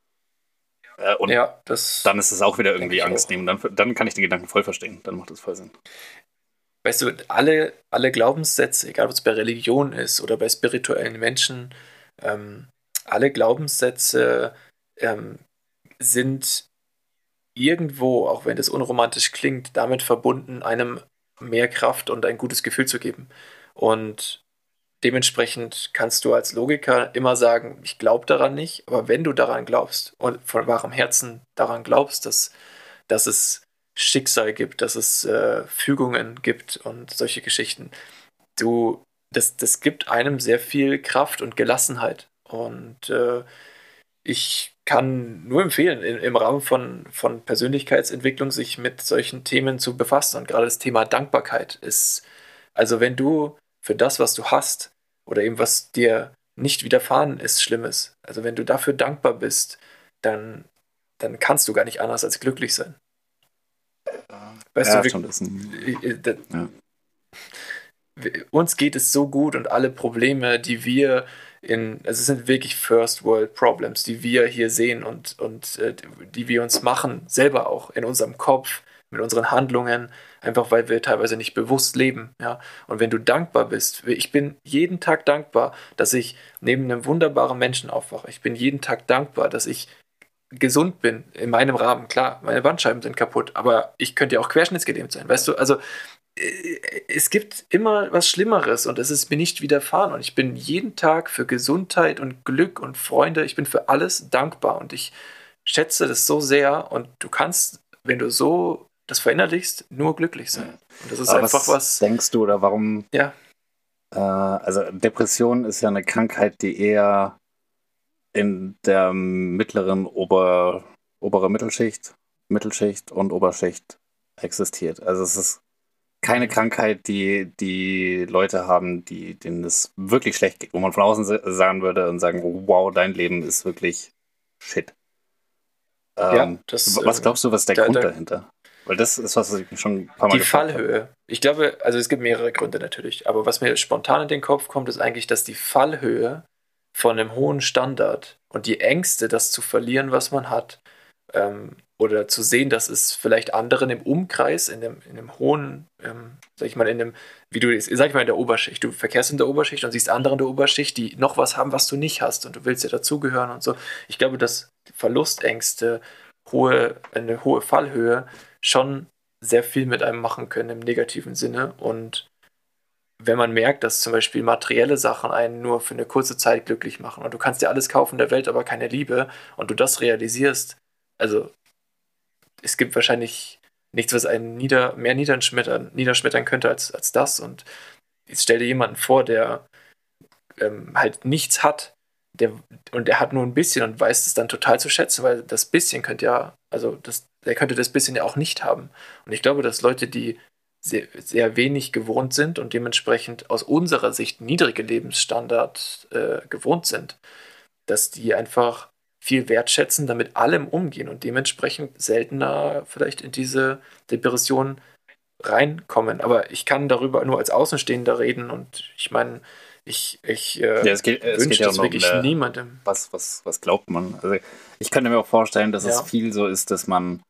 [SPEAKER 3] Äh, und
[SPEAKER 2] ja, das,
[SPEAKER 3] dann ist es auch wieder
[SPEAKER 2] denke
[SPEAKER 3] irgendwie
[SPEAKER 2] ich
[SPEAKER 3] Angst
[SPEAKER 2] auch.
[SPEAKER 3] nehmen. Dann, dann kann ich den Gedanken voll verstehen. Dann macht es voll Sinn.
[SPEAKER 2] Weißt du, alle, alle Glaubenssätze, egal ob es bei Religion ist oder bei spirituellen Menschen, ähm, alle Glaubenssätze ähm, sind irgendwo, auch wenn das unromantisch klingt, damit verbunden, einem mehr Kraft und ein gutes Gefühl zu geben. Und dementsprechend kannst du als Logiker immer sagen, ich glaube daran nicht, aber wenn du daran glaubst und von wahrem Herzen daran glaubst, dass, dass es Schicksal gibt, dass es äh, Fügungen gibt und solche Geschichten, du, das, das gibt einem sehr viel Kraft und Gelassenheit. Und äh, ich kann nur empfehlen, in, im Rahmen von, von Persönlichkeitsentwicklung sich mit solchen Themen zu befassen. Und gerade das Thema Dankbarkeit ist, also wenn du für das, was du hast, oder eben was dir nicht widerfahren ist, Schlimmes, also wenn du dafür dankbar bist, dann, dann kannst du gar nicht anders als glücklich sein. Weißt
[SPEAKER 3] Ja,
[SPEAKER 2] du,
[SPEAKER 3] stimmt. Das ist ein,
[SPEAKER 2] wir, äh, da-
[SPEAKER 3] ja.
[SPEAKER 2] wir- uns geht es so gut und alle Probleme, die wir in, also es sind wirklich First World Problems, die wir hier sehen und, und äh, die wir uns machen, selber auch in unserem Kopf, mit unseren Handlungen, einfach weil wir teilweise nicht bewusst leben, ja. Und wenn du dankbar bist, ich bin jeden Tag dankbar, dass ich neben einem wunderbaren Menschen aufwache. Ich bin jeden Tag dankbar, dass ich gesund bin in meinem Rahmen. Klar, meine Bandscheiben sind kaputt, aber ich könnte ja auch querschnittsgelähmt sein, weißt du? Also äh, es gibt immer was Schlimmeres und es ist mir nicht widerfahren und ich bin jeden Tag für Gesundheit und Glück und Freunde, ich bin für alles dankbar und ich schätze das so sehr und du kannst, wenn du so das verinnerlichst, nur glücklich sein. Und das ist
[SPEAKER 3] Aber
[SPEAKER 2] einfach
[SPEAKER 3] was
[SPEAKER 2] was.
[SPEAKER 3] denkst du oder warum?
[SPEAKER 2] Ja,
[SPEAKER 3] Äh, also Depression ist ja eine Krankheit, die eher in der mittleren, ober, obere Mittelschicht, Mittelschicht und Oberschicht existiert. Also es ist keine Krankheit, die die Leute haben, die, denen es wirklich schlecht geht, wo man von außen sa- sagen würde und sagen, wow, dein Leben ist wirklich shit.
[SPEAKER 2] ja,
[SPEAKER 3] Ähm,
[SPEAKER 2] das,
[SPEAKER 3] w- was
[SPEAKER 2] äh,
[SPEAKER 3] glaubst du, was ist der
[SPEAKER 2] da,
[SPEAKER 3] Grund
[SPEAKER 2] da,
[SPEAKER 3] dahinter? Weil das ist was, was ich mich schon ein paar Mal
[SPEAKER 2] die
[SPEAKER 3] gefragt habe.
[SPEAKER 2] Fallhöhe. Ich glaube, also es gibt mehrere Gründe natürlich, aber was mir spontan in den Kopf kommt, ist eigentlich, dass die Fallhöhe von einem hohen Standard und die Ängste, das zu verlieren, was man hat, ähm, oder zu sehen, dass es vielleicht anderen im Umkreis, in dem, in dem hohen, ähm, sag ich mal, in dem, wie du, sag ich mal, in der Oberschicht, du verkehrst in der Oberschicht und siehst andere in der Oberschicht, die noch was haben, was du nicht hast und du willst ja dazugehören und so. Ich glaube, dass Verlustängste, hohe, eine hohe Fallhöhe schon sehr viel mit einem machen können im negativen Sinne und wenn man merkt, dass zum Beispiel materielle Sachen einen nur für eine kurze Zeit glücklich machen und du kannst dir alles kaufen der Welt, aber keine Liebe und du das realisierst, also es gibt wahrscheinlich nichts, was einen nieder, mehr niederschmettern, niederschmettern könnte als, als das und jetzt stell dir jemanden vor, der ähm, halt nichts hat der, und er hat nur ein bisschen und weiß es dann total zu schätzen, weil das bisschen könnte ja, also das, der könnte das bisschen ja auch nicht haben und ich glaube, dass Leute, die sehr, sehr wenig gewohnt sind und dementsprechend aus unserer Sicht niedrige Lebensstandard äh, gewohnt sind, dass die einfach viel wertschätzen, damit allem umgehen und dementsprechend seltener vielleicht in diese Depression reinkommen. Aber ich kann darüber nur als Außenstehender reden und ich meine, ich, ich äh,
[SPEAKER 3] Ja, es geht, es geht
[SPEAKER 2] wünsche
[SPEAKER 3] ja auch
[SPEAKER 2] das
[SPEAKER 3] noch um
[SPEAKER 2] wirklich
[SPEAKER 3] eine,
[SPEAKER 2] niemandem.
[SPEAKER 3] was, was, was glaubt man? Also ich könnte mir auch vorstellen, dass es
[SPEAKER 2] Ja,
[SPEAKER 3] viel so ist, dass man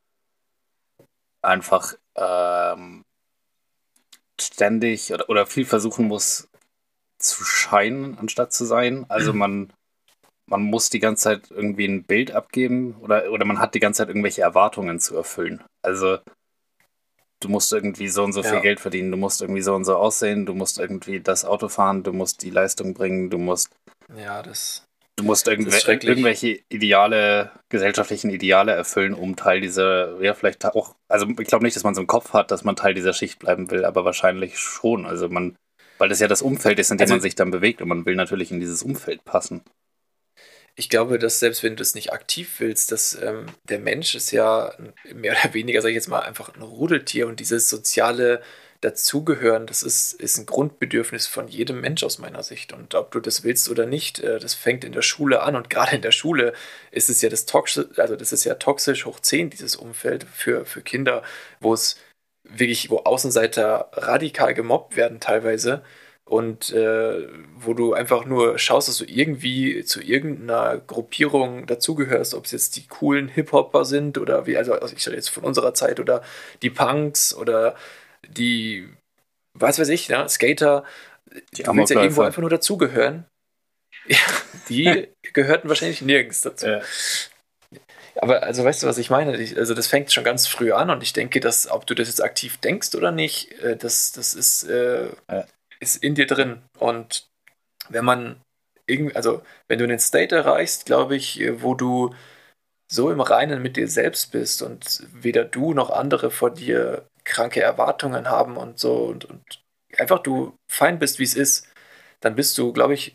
[SPEAKER 3] einfach ähm, ständig oder, oder viel versuchen muss zu scheinen, anstatt zu sein. Also man, man muss die ganze Zeit irgendwie ein Bild abgeben oder, oder man hat die ganze Zeit irgendwelche Erwartungen zu erfüllen. Also du musst irgendwie so und so viel
[SPEAKER 2] ja,
[SPEAKER 3] Geld verdienen, du musst irgendwie so und so aussehen, du musst irgendwie das Auto fahren, du musst die Leistung bringen, du musst
[SPEAKER 2] ja, das,
[SPEAKER 3] Du musst
[SPEAKER 2] das
[SPEAKER 3] irgendw
[SPEAKER 2] ist schrecklich.
[SPEAKER 3] irgendwelche Ideale, gesellschaftlichen Ideale erfüllen, um Teil dieser, ja, vielleicht auch, also ich glaube nicht, dass man so im Kopf hat, dass man Teil dieser Schicht bleiben will, aber wahrscheinlich schon. Also man, weil das ja das Umfeld ist, in dem
[SPEAKER 2] Also
[SPEAKER 3] man sich dann bewegt und man will natürlich in dieses Umfeld passen.
[SPEAKER 2] ich glaube, dass selbst wenn du es nicht aktiv willst, dass ähm, der Mensch ist ja mehr oder weniger, sage ich jetzt mal, einfach ein Rudeltier und dieses soziale Dazugehören, das ist, ist ein Grundbedürfnis von jedem Mensch aus meiner Sicht. Und ob du das willst oder nicht, äh, das fängt in der Schule an und gerade in der Schule ist es ja das toxisch, also das ist ja toxisch hoch zehn, dieses Umfeld für, für Kinder, wo es wirklich, wo Außenseiter radikal gemobbt werden teilweise und äh, wo du einfach nur schaust, dass du irgendwie zu irgendeiner Gruppierung dazugehörst, ob es jetzt die coolen Hip-Hopper sind oder wie, also also ich rede jetzt von unserer Zeit oder die Punks oder die, was weiß ich, ne, Skater.
[SPEAKER 3] Die
[SPEAKER 2] Du willst ja irgendwo
[SPEAKER 3] Amokläufer.
[SPEAKER 2] einfach nur dazugehören. Ja, die gehörten wahrscheinlich nirgends dazu.
[SPEAKER 3] Ja.
[SPEAKER 2] Aber also weißt du, was ich meine? Ich, also das fängt schon ganz früh an und ich denke, dass ob du das jetzt aktiv denkst oder nicht, äh, das, das ist, äh,
[SPEAKER 3] Ja.
[SPEAKER 2] ist in dir drin. Und wenn man irgendwie, also wenn du einen State erreichst, glaube ich, äh, wo du so im Reinen mit dir selbst bist und weder du noch andere vor dir kranke Erwartungen haben und so und, und einfach du fein bist, wie es ist, dann bist du, glaube ich,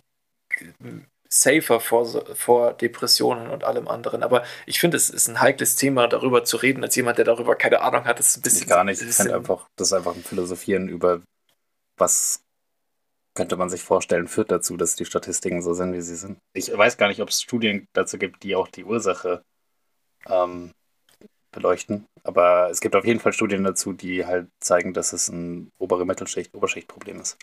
[SPEAKER 2] safer vor, so- vor Depressionen und allem anderen. Aber ich finde, es ist ein heikles Thema, darüber zu reden, als jemand, der darüber keine Ahnung hat. Das ist ein
[SPEAKER 3] Finde ich
[SPEAKER 2] bisschen,
[SPEAKER 3] gar nicht.
[SPEAKER 2] ein
[SPEAKER 3] Ich finde
[SPEAKER 2] bisschen
[SPEAKER 3] einfach, das ist einfach ein Philosophieren über, was könnte man sich vorstellen, führt dazu, dass die Statistiken so sind, wie sie sind. Ich weiß gar nicht, ob es Studien dazu gibt, die auch die Ursache ähm, beleuchten. Aber es gibt auf jeden Fall Studien dazu, die halt zeigen, dass es ein obere Mittelschicht, Oberschichtproblem ist.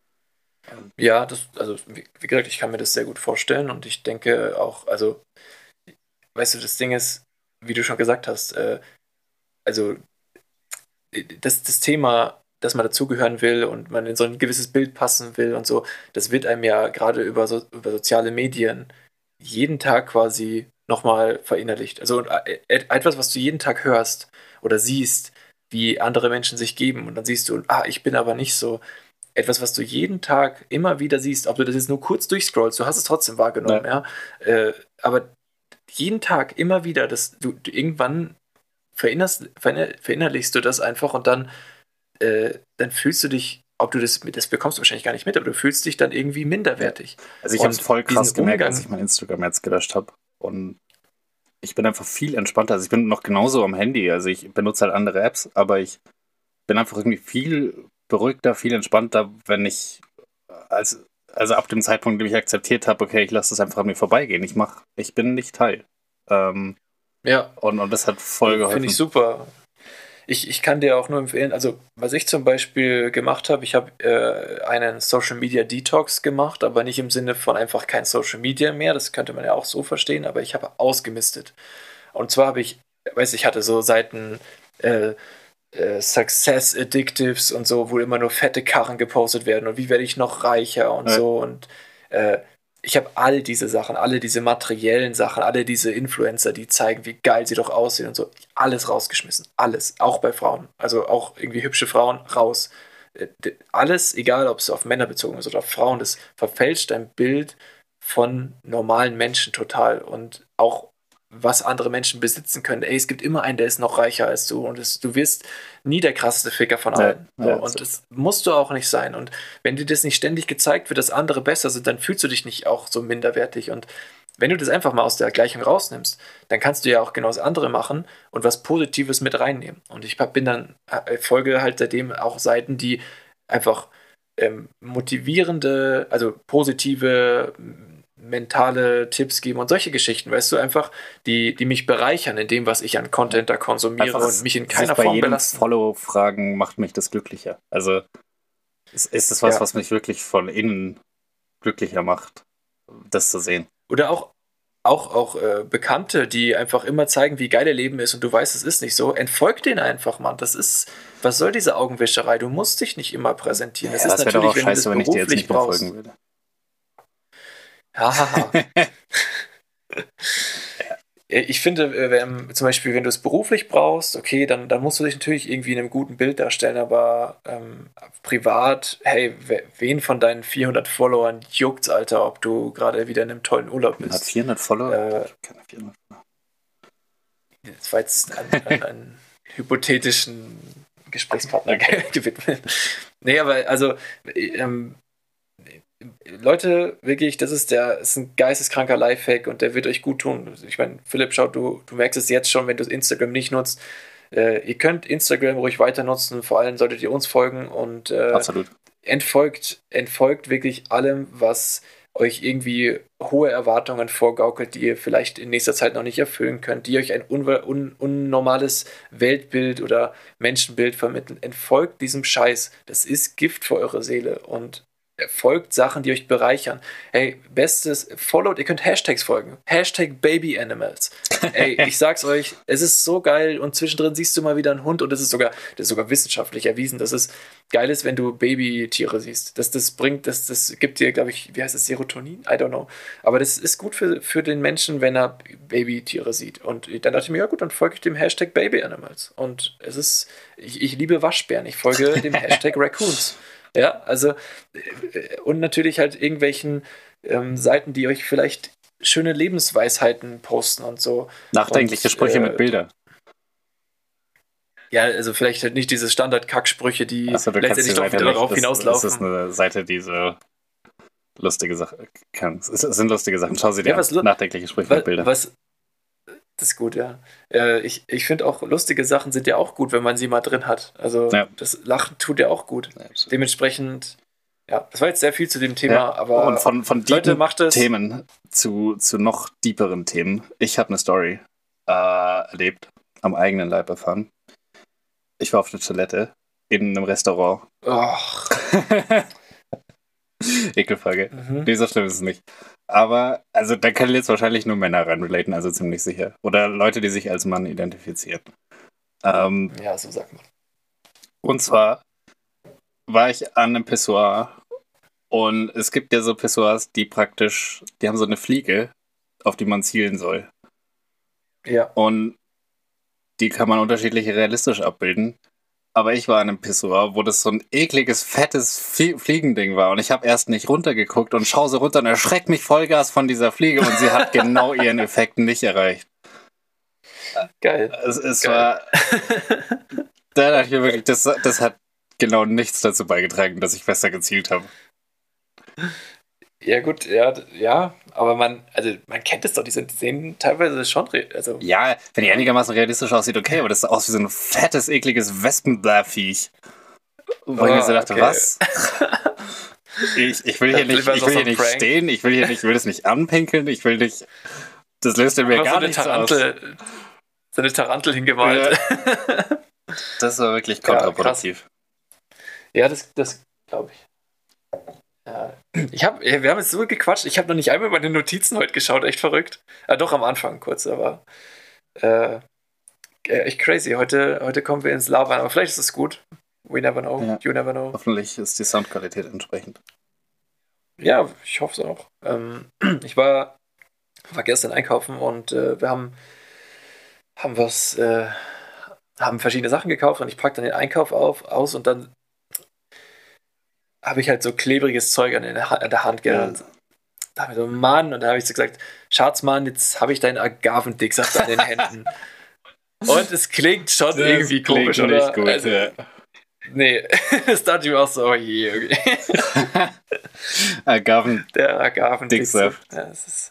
[SPEAKER 2] ja, das, also wie, wie gesagt, ich kann mir das sehr gut vorstellen und ich denke auch, also, weißt du, das Ding ist, wie du schon gesagt hast, äh, also das, das Thema, dass man dazugehören will und man in so ein gewisses Bild passen will und so, das wird einem ja gerade über, so, über soziale Medien jeden Tag quasi nochmal verinnerlicht. Also äh, etwas, was du jeden Tag hörst oder siehst, wie andere Menschen sich geben und dann siehst du, ah, ich bin aber nicht so. Etwas, was du jeden Tag immer wieder siehst, ob du das jetzt nur kurz durchscrollst, du hast es trotzdem wahrgenommen, ja. ja? Äh, aber jeden Tag immer wieder, dass du, du irgendwann verinnerst, verinner, verinnerlichst du das einfach und dann, äh, dann fühlst du dich, ob du das, das bekommst du wahrscheinlich gar nicht mit, aber du fühlst dich dann irgendwie minderwertig.
[SPEAKER 3] Also ich habe es voll krass gemerkt,
[SPEAKER 2] Umgang,
[SPEAKER 3] als ich mein Instagram jetzt gelöscht habe. Und ich bin einfach viel entspannter. Also ich bin noch genauso am Handy. Also ich benutze halt andere Apps, aber ich bin einfach irgendwie viel beruhigter, viel entspannter, wenn ich, als, also ab dem Zeitpunkt, in dem ich akzeptiert habe, okay, ich lasse das einfach an mir vorbeigehen. Ich mach, ich bin nicht Teil. Ähm,
[SPEAKER 2] ja.
[SPEAKER 3] Und, und das hat voll geholfen.
[SPEAKER 2] Finde ich super. Ich, ich kann dir auch nur empfehlen, also was ich zum Beispiel gemacht habe, ich habe äh, einen Social Media Detox gemacht, aber nicht im Sinne von einfach kein Social Media mehr, das könnte man ja auch so verstehen, aber ich habe ausgemistet. Und zwar habe ich, weiß ich, hatte so Seiten äh, äh, Success Addictives und so, wo immer nur fette Karren gepostet werden und wie werde ich noch reicher und ja. so und äh, ich habe all diese Sachen, alle diese materiellen Sachen, alle diese Influencer, die zeigen, wie geil sie doch aussehen und so, alles rausgeschmissen. Alles. Auch bei Frauen. Also auch irgendwie hübsche Frauen, raus. Alles, egal ob es auf Männer bezogen ist oder auf Frauen, das verfälscht dein Bild von normalen Menschen total. Und auch was andere Menschen besitzen können. Ey, es gibt immer einen, der ist noch reicher als du und es, du wirst nie der krasseste Ficker von allen. Ja, ja, so. Und das musst du auch nicht sein. Und wenn dir das nicht ständig gezeigt wird, dass andere besser sind, dann fühlst du dich nicht auch so minderwertig. Und wenn du das einfach mal aus der Gleichung rausnimmst, dann kannst du ja auch genau das andere machen und was Positives mit reinnehmen. Und ich bin dann, folge halt seitdem auch Seiten, die einfach ähm, motivierende, also positive mentale Tipps geben und solche Geschichten, weißt du, einfach, die, die mich bereichern in dem, was ich an Content da konsumiere einfach und mich in keiner Form belasten.
[SPEAKER 3] Follow-Fragen macht mich das glücklicher. Also ist, ist das was, ja. was mich wirklich von innen glücklicher macht, das zu sehen.
[SPEAKER 2] Oder auch, auch, auch äh, Bekannte, die einfach immer zeigen, wie geil ihr Leben ist und du weißt, es ist nicht so, entfolg denen einfach, Mann. Das ist, was soll diese Augenwischerei? Du musst dich nicht immer präsentieren.
[SPEAKER 3] Ja,
[SPEAKER 2] das ist
[SPEAKER 3] das wäre doch auch scheiße, wenn ich dir jetzt nicht mehr folgen würde.
[SPEAKER 2] Hahaha. Ich finde, wenn, zum Beispiel, wenn du es beruflich brauchst, okay, dann, dann musst du dich natürlich irgendwie in einem guten Bild darstellen, aber ähm, privat, hey, wen von deinen vierhundert Followern juckt's, Alter, ob du gerade wieder in einem tollen Urlaub bist?
[SPEAKER 3] Hat vierhundert Follower?
[SPEAKER 2] Äh, ich keine vierhundert Follower. Das war jetzt an, an einen hypothetischen Gesprächspartner gewidmet. Nee, aber also, ähm, Leute, wirklich, das ist der, ist ein geisteskranker Lifehack und der wird euch gut tun. Ich meine, Philipp, schau, du, du merkst es jetzt schon, wenn du Instagram nicht nutzt. Äh, ihr könnt Instagram ruhig weiter nutzen, vor allem solltet ihr uns folgen und äh,
[SPEAKER 3] Absolut.
[SPEAKER 2] entfolgt, entfolgt wirklich allem, was euch irgendwie hohe Erwartungen vorgaukelt, die ihr vielleicht in nächster Zeit noch nicht erfüllen könnt, die euch ein un- un- unnormales Weltbild oder Menschenbild vermitteln. Entfolgt diesem Scheiß. Das ist Gift für eure Seele und folgt Sachen, die euch bereichern. Hey, bestes, followed, ihr könnt Hashtags folgen. Hashtag Baby Animals. Ey, ich sag's euch, es ist so geil und zwischendrin siehst du mal wieder einen Hund und das ist sogar, das ist sogar wissenschaftlich erwiesen, dass es geil ist, wenn du Babytiere siehst. Das, das bringt, das, das gibt dir, glaube ich, wie heißt das, Serotonin? I don't know. Aber das ist gut für, für den Menschen, wenn er Babytiere sieht. Und dann dachte ich mir, ja gut, dann folge ich dem Hashtag Baby Animals. Und es ist, ich, ich liebe Waschbären, ich folge dem Hashtag Raccoons. Ja, also und natürlich halt irgendwelchen ähm, Seiten, die euch vielleicht schöne Lebensweisheiten posten und so.
[SPEAKER 3] Nachdenkliche und, Sprüche äh, mit Bildern.
[SPEAKER 2] Ja, also vielleicht halt nicht diese Standard-Kacksprüche, die
[SPEAKER 3] Achso,
[SPEAKER 2] letztendlich doch wieder darauf hinauslaufen.
[SPEAKER 3] Das ist eine Seite, die so lustige Sachen kann. Es sind lustige Sachen. Schau sie dir ja, an. Nachdenkliche Sprüche
[SPEAKER 2] was,
[SPEAKER 3] mit Bildern.
[SPEAKER 2] Was, das ist gut, ja. Äh, ich ich finde auch, lustige Sachen sind ja auch gut, wenn man sie mal drin hat. Also ja. Das Lachen tut ja auch gut. Ja, dementsprechend, ja, das war jetzt sehr viel zu dem Thema, ja. aber
[SPEAKER 3] und von, von
[SPEAKER 2] Leute, macht es.
[SPEAKER 3] Themen zu, zu noch deeperen Themen. Ich habe eine Story äh, erlebt, am eigenen Leib erfahren. Ich war auf der Toilette in einem Restaurant.
[SPEAKER 2] Och.
[SPEAKER 3] Ekelfolge. Mhm. Nee, so schlimm ist es nicht. Aber, also da können jetzt wahrscheinlich nur Männer rein relaten, also ziemlich sicher. Oder Leute, die sich als Mann identifizieren. Ähm,
[SPEAKER 2] ja, so sagt man.
[SPEAKER 3] Und zwar war ich an einem Pissoir und es gibt ja so Pissoirs, die praktisch, die haben so eine Fliege, auf die man zielen soll.
[SPEAKER 2] Ja.
[SPEAKER 3] Und die kann man unterschiedlich realistisch abbilden. Aber ich war an einem Pissoir, wo das so ein ekliges, fettes Flie- Fliegending war. Und ich habe erst nicht runtergeguckt und schaue so runter und erschreckt mich Vollgas von dieser Fliege. Und sie hat genau ihren Effekt nicht erreicht.
[SPEAKER 2] Geil.
[SPEAKER 3] Es, es
[SPEAKER 2] Geil.
[SPEAKER 3] war... Da dachte ich mir wirklich, das, das hat genau nichts dazu beigetragen, dass ich besser gezielt habe.
[SPEAKER 2] Ja, gut, ja, d- ja, aber man, also man kennt es doch, die sind, die sehen teilweise schon, re- also,
[SPEAKER 3] Ja, wenn die einigermaßen realistisch aussieht, okay, aber das sah aus wie so ein fettes, ekliges Wespenbär-Viech. Wo ich mir so
[SPEAKER 2] Oh,
[SPEAKER 3] dachte,
[SPEAKER 2] okay.
[SPEAKER 3] was? Ich, ich will hier
[SPEAKER 2] Das
[SPEAKER 3] nicht,
[SPEAKER 2] war
[SPEAKER 3] ich
[SPEAKER 2] so
[SPEAKER 3] will hier
[SPEAKER 2] ein
[SPEAKER 3] nicht
[SPEAKER 2] Prank.
[SPEAKER 3] stehen, ich will hier nicht, ich will das nicht anpinkeln, ich will nicht. Das löst in mir
[SPEAKER 2] einfach so
[SPEAKER 3] gar
[SPEAKER 2] eine
[SPEAKER 3] nichts aus.
[SPEAKER 2] Tarantel, so eine Tarantel hingemalt.
[SPEAKER 3] Das war wirklich
[SPEAKER 2] Ja,
[SPEAKER 3] kontraproduktiv.
[SPEAKER 2] Ja, das, das glaube ich. Ja. Ich hab, ja, wir haben jetzt so gequatscht, ich habe noch nicht einmal meine Notizen heute geschaut, echt verrückt. Ah, doch am Anfang kurz, aber äh, ja, echt crazy. Heute, heute kommen wir ins Labern, aber vielleicht ist es gut. We never know,
[SPEAKER 3] Ja.
[SPEAKER 2] you never know.
[SPEAKER 3] Hoffentlich ist die Soundqualität entsprechend.
[SPEAKER 2] Ja, ich hoffe es auch. Ähm, ich war, war gestern einkaufen und äh, wir haben, haben was, äh, haben verschiedene Sachen gekauft und ich packe dann den Einkauf auf, aus und dann habe ich halt so klebriges Zeug an der, Ha- an der Hand gehabt. Da habe ich so, Mann, und da habe ich so gesagt, Schatz, Mann, jetzt habe ich deinen Agavendicksaft an den Händen. Und es klingt schon
[SPEAKER 3] Das
[SPEAKER 2] irgendwie
[SPEAKER 3] klingt
[SPEAKER 2] komisch, oder?
[SPEAKER 3] nicht gut,
[SPEAKER 2] Also,
[SPEAKER 3] ja.
[SPEAKER 2] Nee, das dachte ich mir auch so, oh je, okay.
[SPEAKER 3] Agaven.
[SPEAKER 2] Der Agavendicksaft.
[SPEAKER 3] Dicksaft.
[SPEAKER 2] Ja, das ist,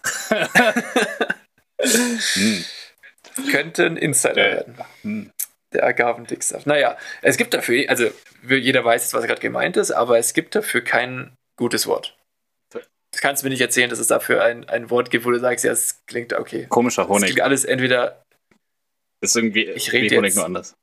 [SPEAKER 3] Hm.
[SPEAKER 2] könnte ein Insider
[SPEAKER 3] Ja.
[SPEAKER 2] werden.
[SPEAKER 3] Hm.
[SPEAKER 2] Der Agavendicksaft. Naja, es gibt dafür, also jeder weiß jetzt, was gerade gemeint ist, aber es gibt dafür kein gutes Wort. Das kannst du mir nicht erzählen, dass es dafür ein, ein Wort gibt, wo du sagst, ja, es klingt okay.
[SPEAKER 3] Komischer
[SPEAKER 2] Es
[SPEAKER 3] Honig.
[SPEAKER 2] klingt alles entweder,
[SPEAKER 3] Ist irgendwie
[SPEAKER 2] Ich red
[SPEAKER 3] wie Honig
[SPEAKER 2] jetzt-
[SPEAKER 3] nur anders.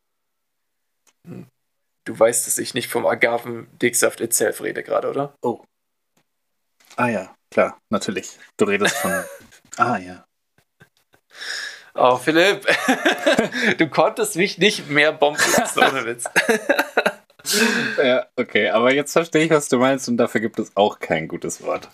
[SPEAKER 2] du weißt, dass ich nicht vom Agavendicksaft itself rede gerade, oder?
[SPEAKER 3] Oh. Ah ja, klar, natürlich. Du redest von. Ah ja.
[SPEAKER 2] Oh, Philipp, du konntest mich nicht mehr bomben lassen, ohne Witz.
[SPEAKER 3] Ja, okay, aber jetzt verstehe ich, was du meinst und dafür gibt es auch kein gutes Wort.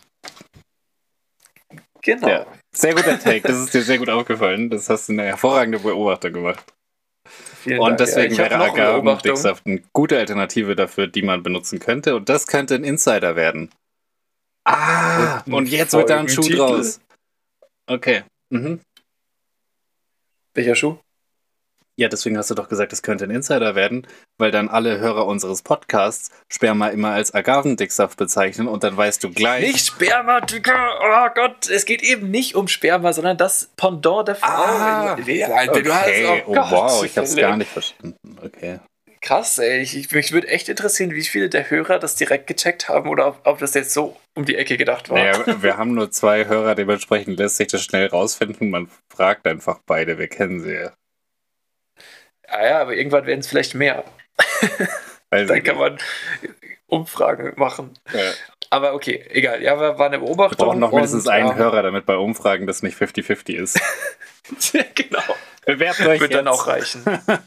[SPEAKER 2] Genau.
[SPEAKER 3] Ja, sehr guter Take, das ist dir sehr gut aufgefallen. Das hast du eine hervorragende Beobachtung gemacht.
[SPEAKER 2] Vielen
[SPEAKER 3] Und
[SPEAKER 2] Dank.
[SPEAKER 3] deswegen
[SPEAKER 2] Ja, ich hab
[SPEAKER 3] wäre
[SPEAKER 2] noch eine Beobachtung.
[SPEAKER 3] Agavendicksaft eine gute Alternative dafür, die man benutzen könnte. Und das könnte ein Insider werden. Ah,
[SPEAKER 2] Und ein
[SPEAKER 3] und jetzt wird da ein Schuh
[SPEAKER 2] Folgentitel?
[SPEAKER 3] draus. Okay. Mhm.
[SPEAKER 2] Welcher Schuh?
[SPEAKER 3] Ja, deswegen hast du doch gesagt, es könnte ein Insider werden, weil dann alle Hörer unseres Podcasts Sperma immer als Agavendicksaft bezeichnen und dann weißt du gleich.
[SPEAKER 2] Nicht Sperma, Digga. Oh Gott, es geht eben nicht um Sperma, sondern das Pendant der Frau.
[SPEAKER 3] Ah,
[SPEAKER 2] Ja, du hast,
[SPEAKER 3] okay.
[SPEAKER 2] oh
[SPEAKER 3] Oh,
[SPEAKER 2] Gott,
[SPEAKER 3] wow, ich hab's
[SPEAKER 2] Philipp.
[SPEAKER 3] gar nicht verstanden. Okay.
[SPEAKER 2] Krass, ey. Ich, ich, mich würde echt interessieren, wie viele der Hörer das direkt gecheckt haben oder ob, ob das jetzt so um die Ecke gedacht war.
[SPEAKER 3] Naja, wir haben nur zwei Hörer, dementsprechend lässt sich das schnell rausfinden. Man fragt einfach beide, wir kennen sie ja.
[SPEAKER 2] Ah ja, aber irgendwann werden es vielleicht mehr.
[SPEAKER 3] Also,
[SPEAKER 2] Dann kann man Umfragen machen.
[SPEAKER 3] ja.
[SPEAKER 2] Aber okay, egal. Ja, war, war eine
[SPEAKER 3] Wir
[SPEAKER 2] Beobachtung.
[SPEAKER 3] brauchen noch mindestens
[SPEAKER 2] und,
[SPEAKER 3] einen
[SPEAKER 2] ähm,
[SPEAKER 3] Hörer, damit bei Umfragen das nicht fünfzig fünfzig ist.
[SPEAKER 2] Genau.
[SPEAKER 3] Bewerbt euch
[SPEAKER 2] Wird
[SPEAKER 3] jetzt.
[SPEAKER 2] dann auch reichen.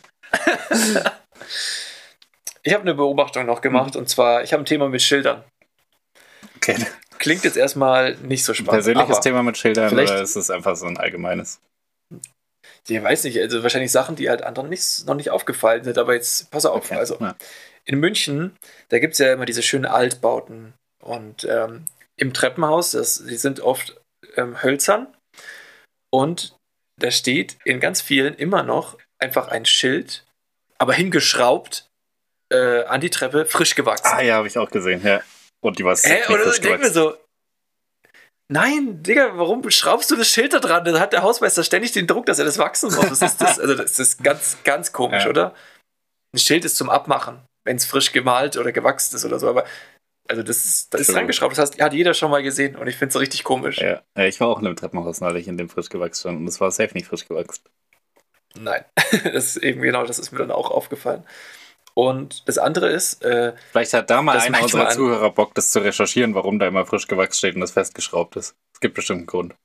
[SPEAKER 2] Ich habe eine Beobachtung noch gemacht und zwar, ich habe ein Thema mit Schildern.
[SPEAKER 3] Okay.
[SPEAKER 2] Klingt jetzt erstmal nicht so
[SPEAKER 3] Ein
[SPEAKER 2] spannend.
[SPEAKER 3] persönliches
[SPEAKER 2] aber
[SPEAKER 3] Thema mit Schildern
[SPEAKER 2] vielleicht-
[SPEAKER 3] oder ist es einfach so ein allgemeines?
[SPEAKER 2] Ich weiß nicht, also wahrscheinlich Sachen, die halt anderen nicht, noch nicht aufgefallen sind, aber jetzt pass auf.
[SPEAKER 3] Okay.
[SPEAKER 2] Also
[SPEAKER 3] Ja.
[SPEAKER 2] in München, da gibt es ja immer diese schönen Altbauten und ähm, im Treppenhaus, das, die sind oft ähm, hölzern und da steht in ganz vielen immer noch einfach ein Schild, aber hingeschraubt äh, an die Treppe, frisch gewachsen.
[SPEAKER 3] Ah ja, habe ich auch gesehen, ja. Und die war
[SPEAKER 2] Hä?
[SPEAKER 3] nicht
[SPEAKER 2] Oder
[SPEAKER 3] frisch
[SPEAKER 2] ich denke mir
[SPEAKER 3] gewachsen.
[SPEAKER 2] so, nein, Digga, warum schraubst du das Schild da dran? Da hat der Hausmeister ständig den Druck, dass er das wachsen muss. Das ist, das, also das ist ganz, ganz komisch,
[SPEAKER 3] Ja.
[SPEAKER 2] oder? Ein Schild ist zum Abmachen, wenn es frisch gemalt oder gewachsen ist oder so, aber also das ist, das ist
[SPEAKER 3] True.
[SPEAKER 2] reingeschraubt. Das heißt, hat jeder schon mal gesehen und ich finde es richtig komisch.
[SPEAKER 3] Ja. ja, ich war auch in einem Treppenhaus neulich, in dem frisch gewachsen stand und es war safe nicht frisch gewachsen.
[SPEAKER 2] Nein, das ist eben genau, das ist mir dann auch aufgefallen. Und das andere ist, äh,
[SPEAKER 3] Vielleicht hat da mal
[SPEAKER 2] Das
[SPEAKER 3] einer
[SPEAKER 2] manchmal
[SPEAKER 3] unserer
[SPEAKER 2] an-
[SPEAKER 3] Zuhörer Bock, das zu recherchieren, warum da immer frisch gewachsen steht und das festgeschraubt ist. Es gibt bestimmt einen Grund.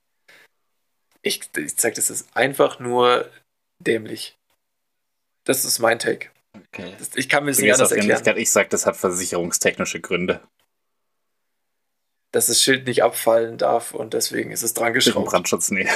[SPEAKER 2] ich, ich zeig, das ist einfach nur dämlich. Das ist mein Take.
[SPEAKER 3] Okay.
[SPEAKER 2] Das, ich kann mir das
[SPEAKER 3] Du
[SPEAKER 2] nicht
[SPEAKER 3] gehst
[SPEAKER 2] anders
[SPEAKER 3] auf
[SPEAKER 2] erklären.
[SPEAKER 3] Ähnlichkeit. Ich sag, das hat versicherungstechnische Gründe.
[SPEAKER 2] Dass das Schild nicht abfallen darf und deswegen ist es dran
[SPEAKER 3] Durch den
[SPEAKER 2] geschraubt.
[SPEAKER 3] Brandschutz, nee.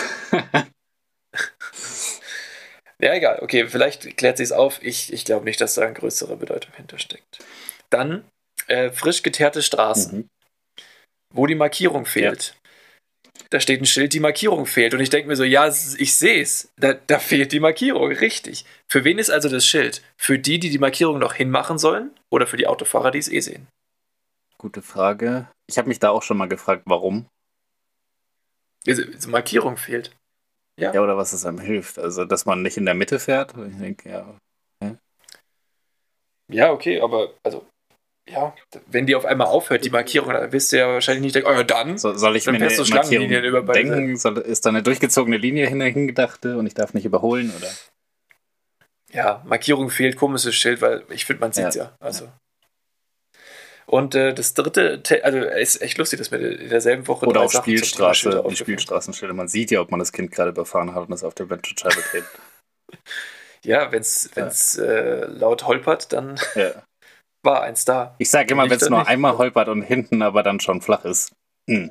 [SPEAKER 2] Ja, egal. Okay, vielleicht klärt sich's auf. Ich, ich glaube nicht, dass da eine größere Bedeutung hintersteckt. Dann äh, frisch geteerte Straßen,
[SPEAKER 3] Mhm.
[SPEAKER 2] wo die Markierung fehlt. Da steht ein Schild, die Markierung fehlt. Und ich denke mir so, ja, ich sehe es. Da, da fehlt die Markierung, richtig. Für wen ist also das Schild? Für die, die die Markierung noch hinmachen sollen? Oder für die Autofahrer, die es eh sehen?
[SPEAKER 3] Gute Frage. Ich habe mich da auch schon mal gefragt, warum.
[SPEAKER 2] Diese, diese Markierung fehlt. Ja.
[SPEAKER 3] Ja, oder was es einem hilft. Also, dass man nicht in der Mitte fährt. Ich denke, ja.
[SPEAKER 2] Ja, okay, aber also, ja, wenn die auf einmal aufhört, die Markierung, dann wirst du ja wahrscheinlich nicht denken, oh ja, dann,
[SPEAKER 3] So, soll ich
[SPEAKER 2] dann
[SPEAKER 3] mir
[SPEAKER 2] fährst
[SPEAKER 3] eine
[SPEAKER 2] du Schlangenlinien über
[SPEAKER 3] Markierung
[SPEAKER 2] beide
[SPEAKER 3] denken? Soll, ist da eine durchgezogene Linie hingedachte und ich darf nicht überholen? Oder?
[SPEAKER 2] Ja, Markierung fehlt, komisches Schild, weil ich finde, man sieht es ja. ja. Also. Und äh, das dritte, Te- also ist echt lustig, dass mir in derselben Woche
[SPEAKER 3] Oder
[SPEAKER 2] drei
[SPEAKER 3] auch
[SPEAKER 2] Sachen zum Thema
[SPEAKER 3] Spielstraße,
[SPEAKER 2] Schilder
[SPEAKER 3] die
[SPEAKER 2] aufgefallen sind.
[SPEAKER 3] Spielstraßenschilder. Man sieht ja, ob man das Kind gerade überfahren hat und es auf der Windschutzscheibe klebt.
[SPEAKER 2] Ja, wenn es
[SPEAKER 3] Ja.
[SPEAKER 2] äh, laut holpert, dann
[SPEAKER 3] Ja.
[SPEAKER 2] war eins da.
[SPEAKER 3] Ich sage immer, wenn es
[SPEAKER 2] Lichter
[SPEAKER 3] nur
[SPEAKER 2] nicht.
[SPEAKER 3] einmal holpert und hinten aber dann schon flach ist, hm.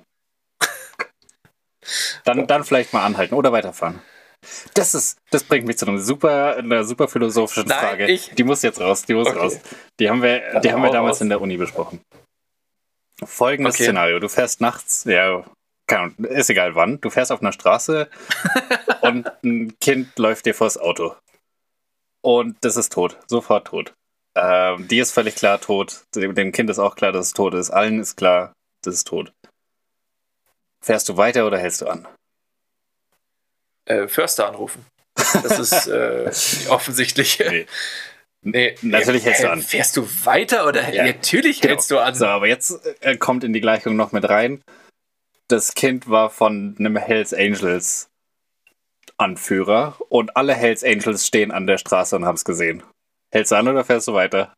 [SPEAKER 3] dann, dann vielleicht mal anhalten oder weiterfahren. Das ist, das bringt mich zu einer super, einer super philosophischen
[SPEAKER 2] Nein,
[SPEAKER 3] Frage.
[SPEAKER 2] ich-
[SPEAKER 3] Die muss jetzt raus, die muss
[SPEAKER 2] Okay.
[SPEAKER 3] raus. Die haben wir,
[SPEAKER 2] Dann
[SPEAKER 3] die haben wir
[SPEAKER 2] hau
[SPEAKER 3] damals
[SPEAKER 2] raus.
[SPEAKER 3] in der Uni besprochen. Folgendes
[SPEAKER 2] Okay.
[SPEAKER 3] Szenario: Du fährst nachts, ja, keine Ahnung, ist egal wann, du fährst auf einer Straße und ein Kind läuft dir vors Auto. Und das ist tot, sofort tot. Ähm, dir ist völlig klar, tot. Dem, dem Kind ist auch klar, dass es tot ist. Allen ist klar, das ist tot. Fährst du weiter oder hältst du an?
[SPEAKER 2] Äh, Förster anrufen. Das ist äh, offensichtlich.
[SPEAKER 3] Nee.
[SPEAKER 2] Nee,
[SPEAKER 3] Natürlich hältst du
[SPEAKER 2] äh,
[SPEAKER 3] an.
[SPEAKER 2] Fährst du weiter oder?
[SPEAKER 3] Ja.
[SPEAKER 2] Natürlich
[SPEAKER 3] Genau.
[SPEAKER 2] hältst du an.
[SPEAKER 3] So, aber jetzt äh, kommt in die Gleichung noch mit rein. Das Kind war von einem Hells Angels Anführer und alle Hells Angels stehen an der Straße und haben es gesehen. Hältst du an oder fährst du weiter?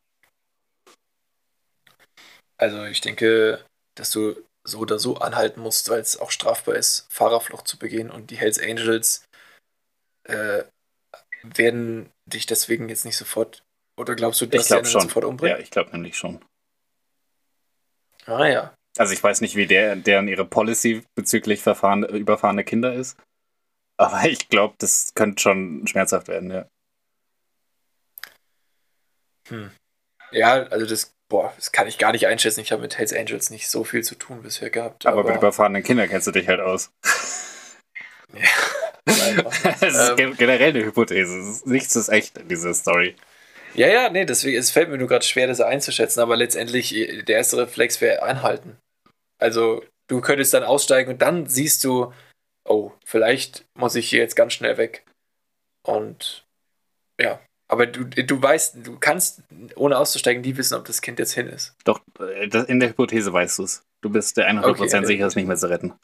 [SPEAKER 2] Also ich denke, dass du so oder so anhalten musst, weil es auch strafbar ist, Fahrerflucht zu begehen. Und die Hells Angels äh, werden dich deswegen jetzt nicht sofort. Oder glaubst du, dass
[SPEAKER 3] Ich
[SPEAKER 2] sie einen
[SPEAKER 3] glaube schon.
[SPEAKER 2] sofort
[SPEAKER 3] Ja,
[SPEAKER 2] umbringen?
[SPEAKER 3] ich glaube nämlich schon.
[SPEAKER 2] Ah ja.
[SPEAKER 3] Also ich weiß nicht, wie der, deren ihre Policy bezüglich verfahren, überfahrene Kinder ist. Aber ich glaube, das könnte schon schmerzhaft werden, ja.
[SPEAKER 2] Hm. Ja, also das, boah, das kann ich gar nicht einschätzen. Ich habe mit Hells Angels nicht so viel zu tun bisher gehabt.
[SPEAKER 3] Aber, mit überfahrenen Kindern kennst du dich halt aus.
[SPEAKER 2] Nein,
[SPEAKER 3] Das ist
[SPEAKER 2] ähm,
[SPEAKER 3] gen- generell eine Hypothese. Es ist- Nichts ist echt in dieser Story.
[SPEAKER 2] ja, ja, nee, deswegen, es fällt mir nur gerade schwer, das einzuschätzen, aber letztendlich, äh, der erste Reflex wäre anhalten. Also, du könntest dann aussteigen und dann siehst du, oh, vielleicht muss ich hier jetzt ganz schnell weg. Und ja, aber du, du weißt, du kannst, ohne auszusteigen, nie wissen, ob das Kind jetzt hin ist.
[SPEAKER 3] Doch, äh, das- in der Hypothese weißt du es. Du bist der hundert Prozent
[SPEAKER 2] Okay.
[SPEAKER 3] sicher, es nicht mehr zu retten.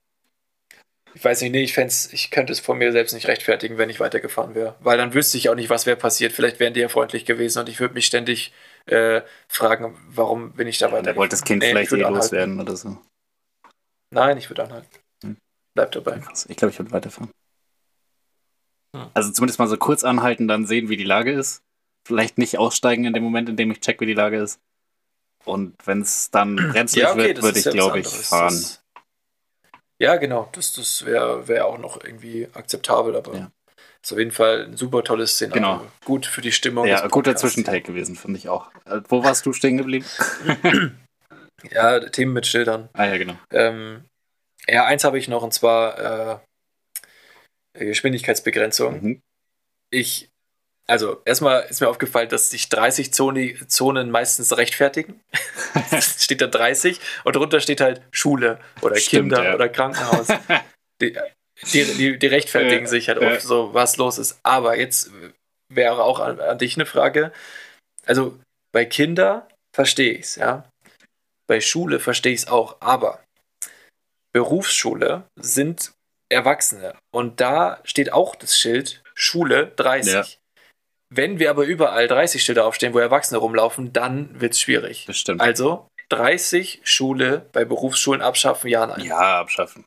[SPEAKER 2] Ich weiß nicht, nee, ich fänd's, ich könnte es von mir selbst nicht rechtfertigen, wenn ich weitergefahren wäre. Weil dann wüsste ich auch nicht, was wäre passiert. Vielleicht wären die ja freundlich gewesen und ich würde mich ständig äh, fragen, warum bin ich da weiter?
[SPEAKER 3] Der wollte das Kind
[SPEAKER 2] Nee,
[SPEAKER 3] vielleicht
[SPEAKER 2] ich würd
[SPEAKER 3] eh
[SPEAKER 2] anhalten.
[SPEAKER 3] loswerden oder so.
[SPEAKER 2] Nein, ich würde anhalten.
[SPEAKER 3] Hm.
[SPEAKER 2] Bleib dabei.
[SPEAKER 3] Krass. Ich glaube, ich würde weiterfahren.
[SPEAKER 2] Hm.
[SPEAKER 3] Also zumindest mal so kurz anhalten, dann sehen, wie die Lage ist. Vielleicht nicht aussteigen in dem Moment, in dem ich check, wie die Lage ist. Und wenn es dann brenzlig wird, würde ich,
[SPEAKER 2] ja was
[SPEAKER 3] glaube ich,
[SPEAKER 2] anderes.
[SPEAKER 3] fahren.
[SPEAKER 2] Das, ja, genau. Das, das wäre wär auch noch irgendwie akzeptabel, aber
[SPEAKER 3] Ja.
[SPEAKER 2] ist auf jeden Fall ein super tolles Szenario.
[SPEAKER 3] Genau.
[SPEAKER 2] Gut für die Stimmung.
[SPEAKER 3] Ja,
[SPEAKER 2] des
[SPEAKER 3] guter
[SPEAKER 2] Podcasts.
[SPEAKER 3] Zwischentake gewesen, finde ich auch. Äh, Wo warst du stehen geblieben?
[SPEAKER 2] Ja, Themen mit Schildern.
[SPEAKER 3] Ah ja, genau.
[SPEAKER 2] Ähm, ja, eins habe ich noch, und zwar äh, Geschwindigkeitsbegrenzung.
[SPEAKER 3] Mhm.
[SPEAKER 2] Ich, also erstmal ist mir aufgefallen, dass sich dreißig Zoni- Zonen meistens rechtfertigen. Steht da dreißig und drunter steht halt Schule oder
[SPEAKER 3] Stimmt,
[SPEAKER 2] Kinder
[SPEAKER 3] ja.
[SPEAKER 2] oder Krankenhaus. Die, die, die, die rechtfertigen
[SPEAKER 3] Ja,
[SPEAKER 2] sich halt
[SPEAKER 3] ja.
[SPEAKER 2] oft so, was los ist. Aber jetzt wäre auch an, an dich eine Frage. Also bei Kinder verstehe ich es, ja. Bei Schule verstehe ich es auch, aber Berufsschule sind Erwachsene und da steht auch das Schild Schule dreißig.
[SPEAKER 3] Ja.
[SPEAKER 2] Wenn wir aber überall dreißig Schilder aufstehen, wo Erwachsene rumlaufen, dann wird es schwierig.
[SPEAKER 3] Das stimmt.
[SPEAKER 2] Also dreißig Schule bei Berufsschulen abschaffen, ja, nein.
[SPEAKER 3] Ja, abschaffen.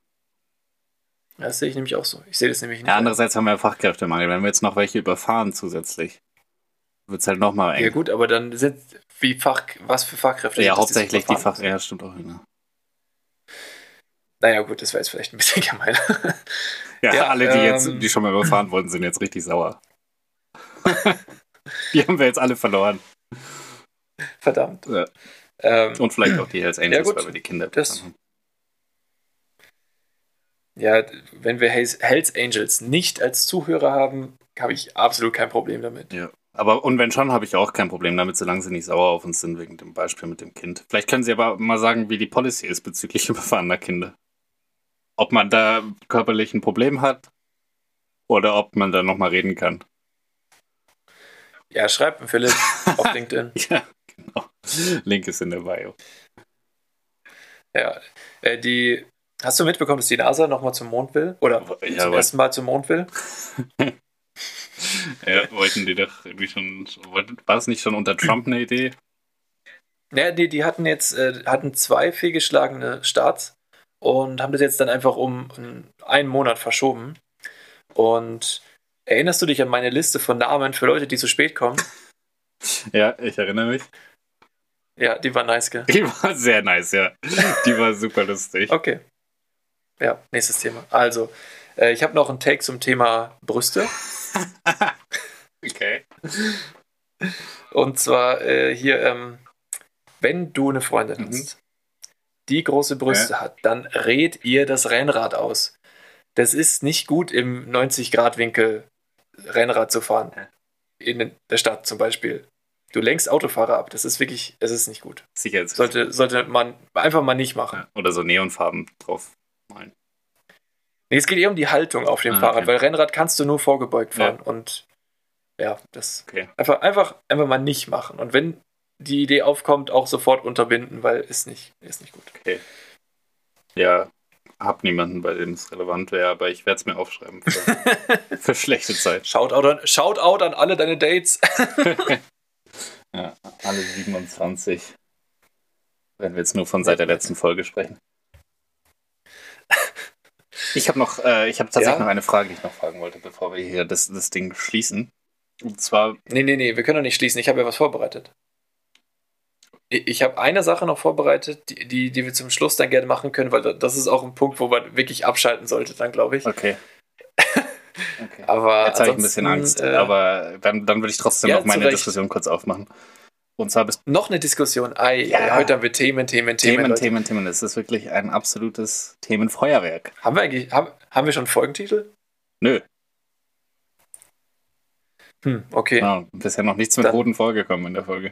[SPEAKER 2] Das sehe ich nämlich auch so. Ich sehe das nämlich nicht.
[SPEAKER 3] Ja, andererseits haben wir ja Fachkräftemangel. Wenn wir jetzt noch welche überfahren zusätzlich, wird es halt nochmal eng.
[SPEAKER 2] Ja gut, aber dann sind wie Fach, was für Fachkräfte?
[SPEAKER 3] Ja,
[SPEAKER 2] sind das,
[SPEAKER 3] hauptsächlich
[SPEAKER 2] so
[SPEAKER 3] die
[SPEAKER 2] Fach.
[SPEAKER 3] Fach... Ja, stimmt auch. Ne?
[SPEAKER 2] Naja gut, das wäre jetzt vielleicht ein bisschen gemein.
[SPEAKER 3] Ja,
[SPEAKER 2] Ja,
[SPEAKER 3] alle, die jetzt,
[SPEAKER 2] ähm,
[SPEAKER 3] die schon mal überfahren wurden, sind jetzt richtig sauer. Die haben wir jetzt alle verloren.
[SPEAKER 2] Verdammt.
[SPEAKER 3] Ja.
[SPEAKER 2] Ähm,
[SPEAKER 3] Und vielleicht auch die Hells Angels,
[SPEAKER 2] gut,
[SPEAKER 3] weil wir die Kinder
[SPEAKER 2] das-
[SPEAKER 3] haben.
[SPEAKER 2] ja, wenn wir Hells, Hells Angels nicht als Zuhörer haben, habe ich absolut kein Problem damit.
[SPEAKER 3] Ja. Aber und wenn schon, habe ich auch kein Problem damit, solange sie nicht sauer auf uns sind, wegen dem Beispiel mit dem Kind. Vielleicht können sie aber mal sagen, wie die Policy ist bezüglich überfahrener Kinder. Ob man da körperlich ein Problem hat oder ob man da nochmal reden kann.
[SPEAKER 2] Ja, schreibt mir Philipp auf LinkedIn.
[SPEAKER 3] Ja, genau. Link ist in der Bio.
[SPEAKER 2] Ja, äh, die, hast du mitbekommen, dass die NASA nochmal zum Mond will? Oder
[SPEAKER 3] Ja,
[SPEAKER 2] zum
[SPEAKER 3] aber-
[SPEAKER 2] ersten Mal zum Mond will?
[SPEAKER 3] Ja, wollten die doch irgendwie schon. War das nicht schon unter Trump eine Idee?
[SPEAKER 2] Ja, die, die hatten jetzt äh, hatten zwei fehlgeschlagene Starts und haben das jetzt dann einfach um einen Monat verschoben. Und erinnerst du dich an meine Liste von Namen für Leute, die zu spät kommen?
[SPEAKER 3] Ja, ich erinnere mich.
[SPEAKER 2] Ja, die war nice, gell?
[SPEAKER 3] Die war sehr nice, ja. Die war super lustig.
[SPEAKER 2] Okay. Ja, nächstes Thema. Also, äh, ich habe noch einen Take zum Thema Brüste.
[SPEAKER 3] Okay.
[SPEAKER 2] Und zwar äh, hier, ähm, wenn du eine Freundin
[SPEAKER 3] Mhm.
[SPEAKER 2] hast, die große Brüste hat, dann red ihr das Rennrad aus. Das ist nicht gut, im neunzig-Grad-Winkel Rennrad zu fahren. In der Stadt zum Beispiel. Du lenkst Autofahrer ab. Das ist wirklich, das ist nicht gut.
[SPEAKER 3] Sicher.
[SPEAKER 2] Sollte, sollte man einfach mal nicht machen.
[SPEAKER 3] Oder so Neonfarben drauf malen.
[SPEAKER 2] Nee, es geht eher um die Haltung auf dem
[SPEAKER 3] Ah,
[SPEAKER 2] Fahrrad,
[SPEAKER 3] okay.
[SPEAKER 2] weil Rennrad kannst du nur vorgebeugt
[SPEAKER 3] Ja.
[SPEAKER 2] fahren. Und ja, das
[SPEAKER 3] Okay.
[SPEAKER 2] einfach, einfach, einfach mal nicht machen. Und wenn die Idee aufkommt, auch sofort unterbinden, weil ist nicht, ist nicht gut.
[SPEAKER 3] Okay. Ja, hab niemanden, bei dem es relevant wäre, aber ich werde es mir aufschreiben für, für schlechte Zeit.
[SPEAKER 2] Shoutout an, Shoutout an alle deine Dates.
[SPEAKER 3] Ja, alle siebenundzwanzig. Wenn wir jetzt nur von seit der letzten Folge sprechen. Ich habe noch, äh, ich habe tatsächlich
[SPEAKER 2] Ja?
[SPEAKER 3] noch eine Frage, die ich noch fragen wollte, bevor wir hier das, das Ding schließen. Und zwar,
[SPEAKER 2] Nee, nee, nee, wir können doch nicht schließen. Ich habe ja was vorbereitet. Ich ich habe eine Sache noch vorbereitet, die, die, die wir zum Schluss dann gerne machen können, weil das ist auch ein Punkt, wo man wirklich abschalten sollte, dann glaube ich.
[SPEAKER 3] okay. okay.
[SPEAKER 2] Aber
[SPEAKER 3] Jetzt habe ich ein bisschen
[SPEAKER 2] ansonsten,
[SPEAKER 3] Angst,
[SPEAKER 2] äh,
[SPEAKER 3] aber dann, dann will ich trotzdem
[SPEAKER 2] ja,
[SPEAKER 3] noch meine
[SPEAKER 2] zu Recht.
[SPEAKER 3] Diskussion kurz aufmachen. Und zwar bist
[SPEAKER 2] Noch eine Diskussion. Ei,
[SPEAKER 3] Ja.
[SPEAKER 2] heute haben wir Themen, Themen, Themen.
[SPEAKER 3] Themen,
[SPEAKER 2] Leute.
[SPEAKER 3] Themen, Themen. Es ist wirklich ein absolutes Themenfeuerwerk.
[SPEAKER 2] Haben wir eigentlich, haben, haben wir schon einen Folgentitel?
[SPEAKER 3] Nö,
[SPEAKER 2] Hm, okay.
[SPEAKER 3] ja, bisher noch nichts mit
[SPEAKER 2] Dann-
[SPEAKER 3] Hoden vorgekommen in der Folge.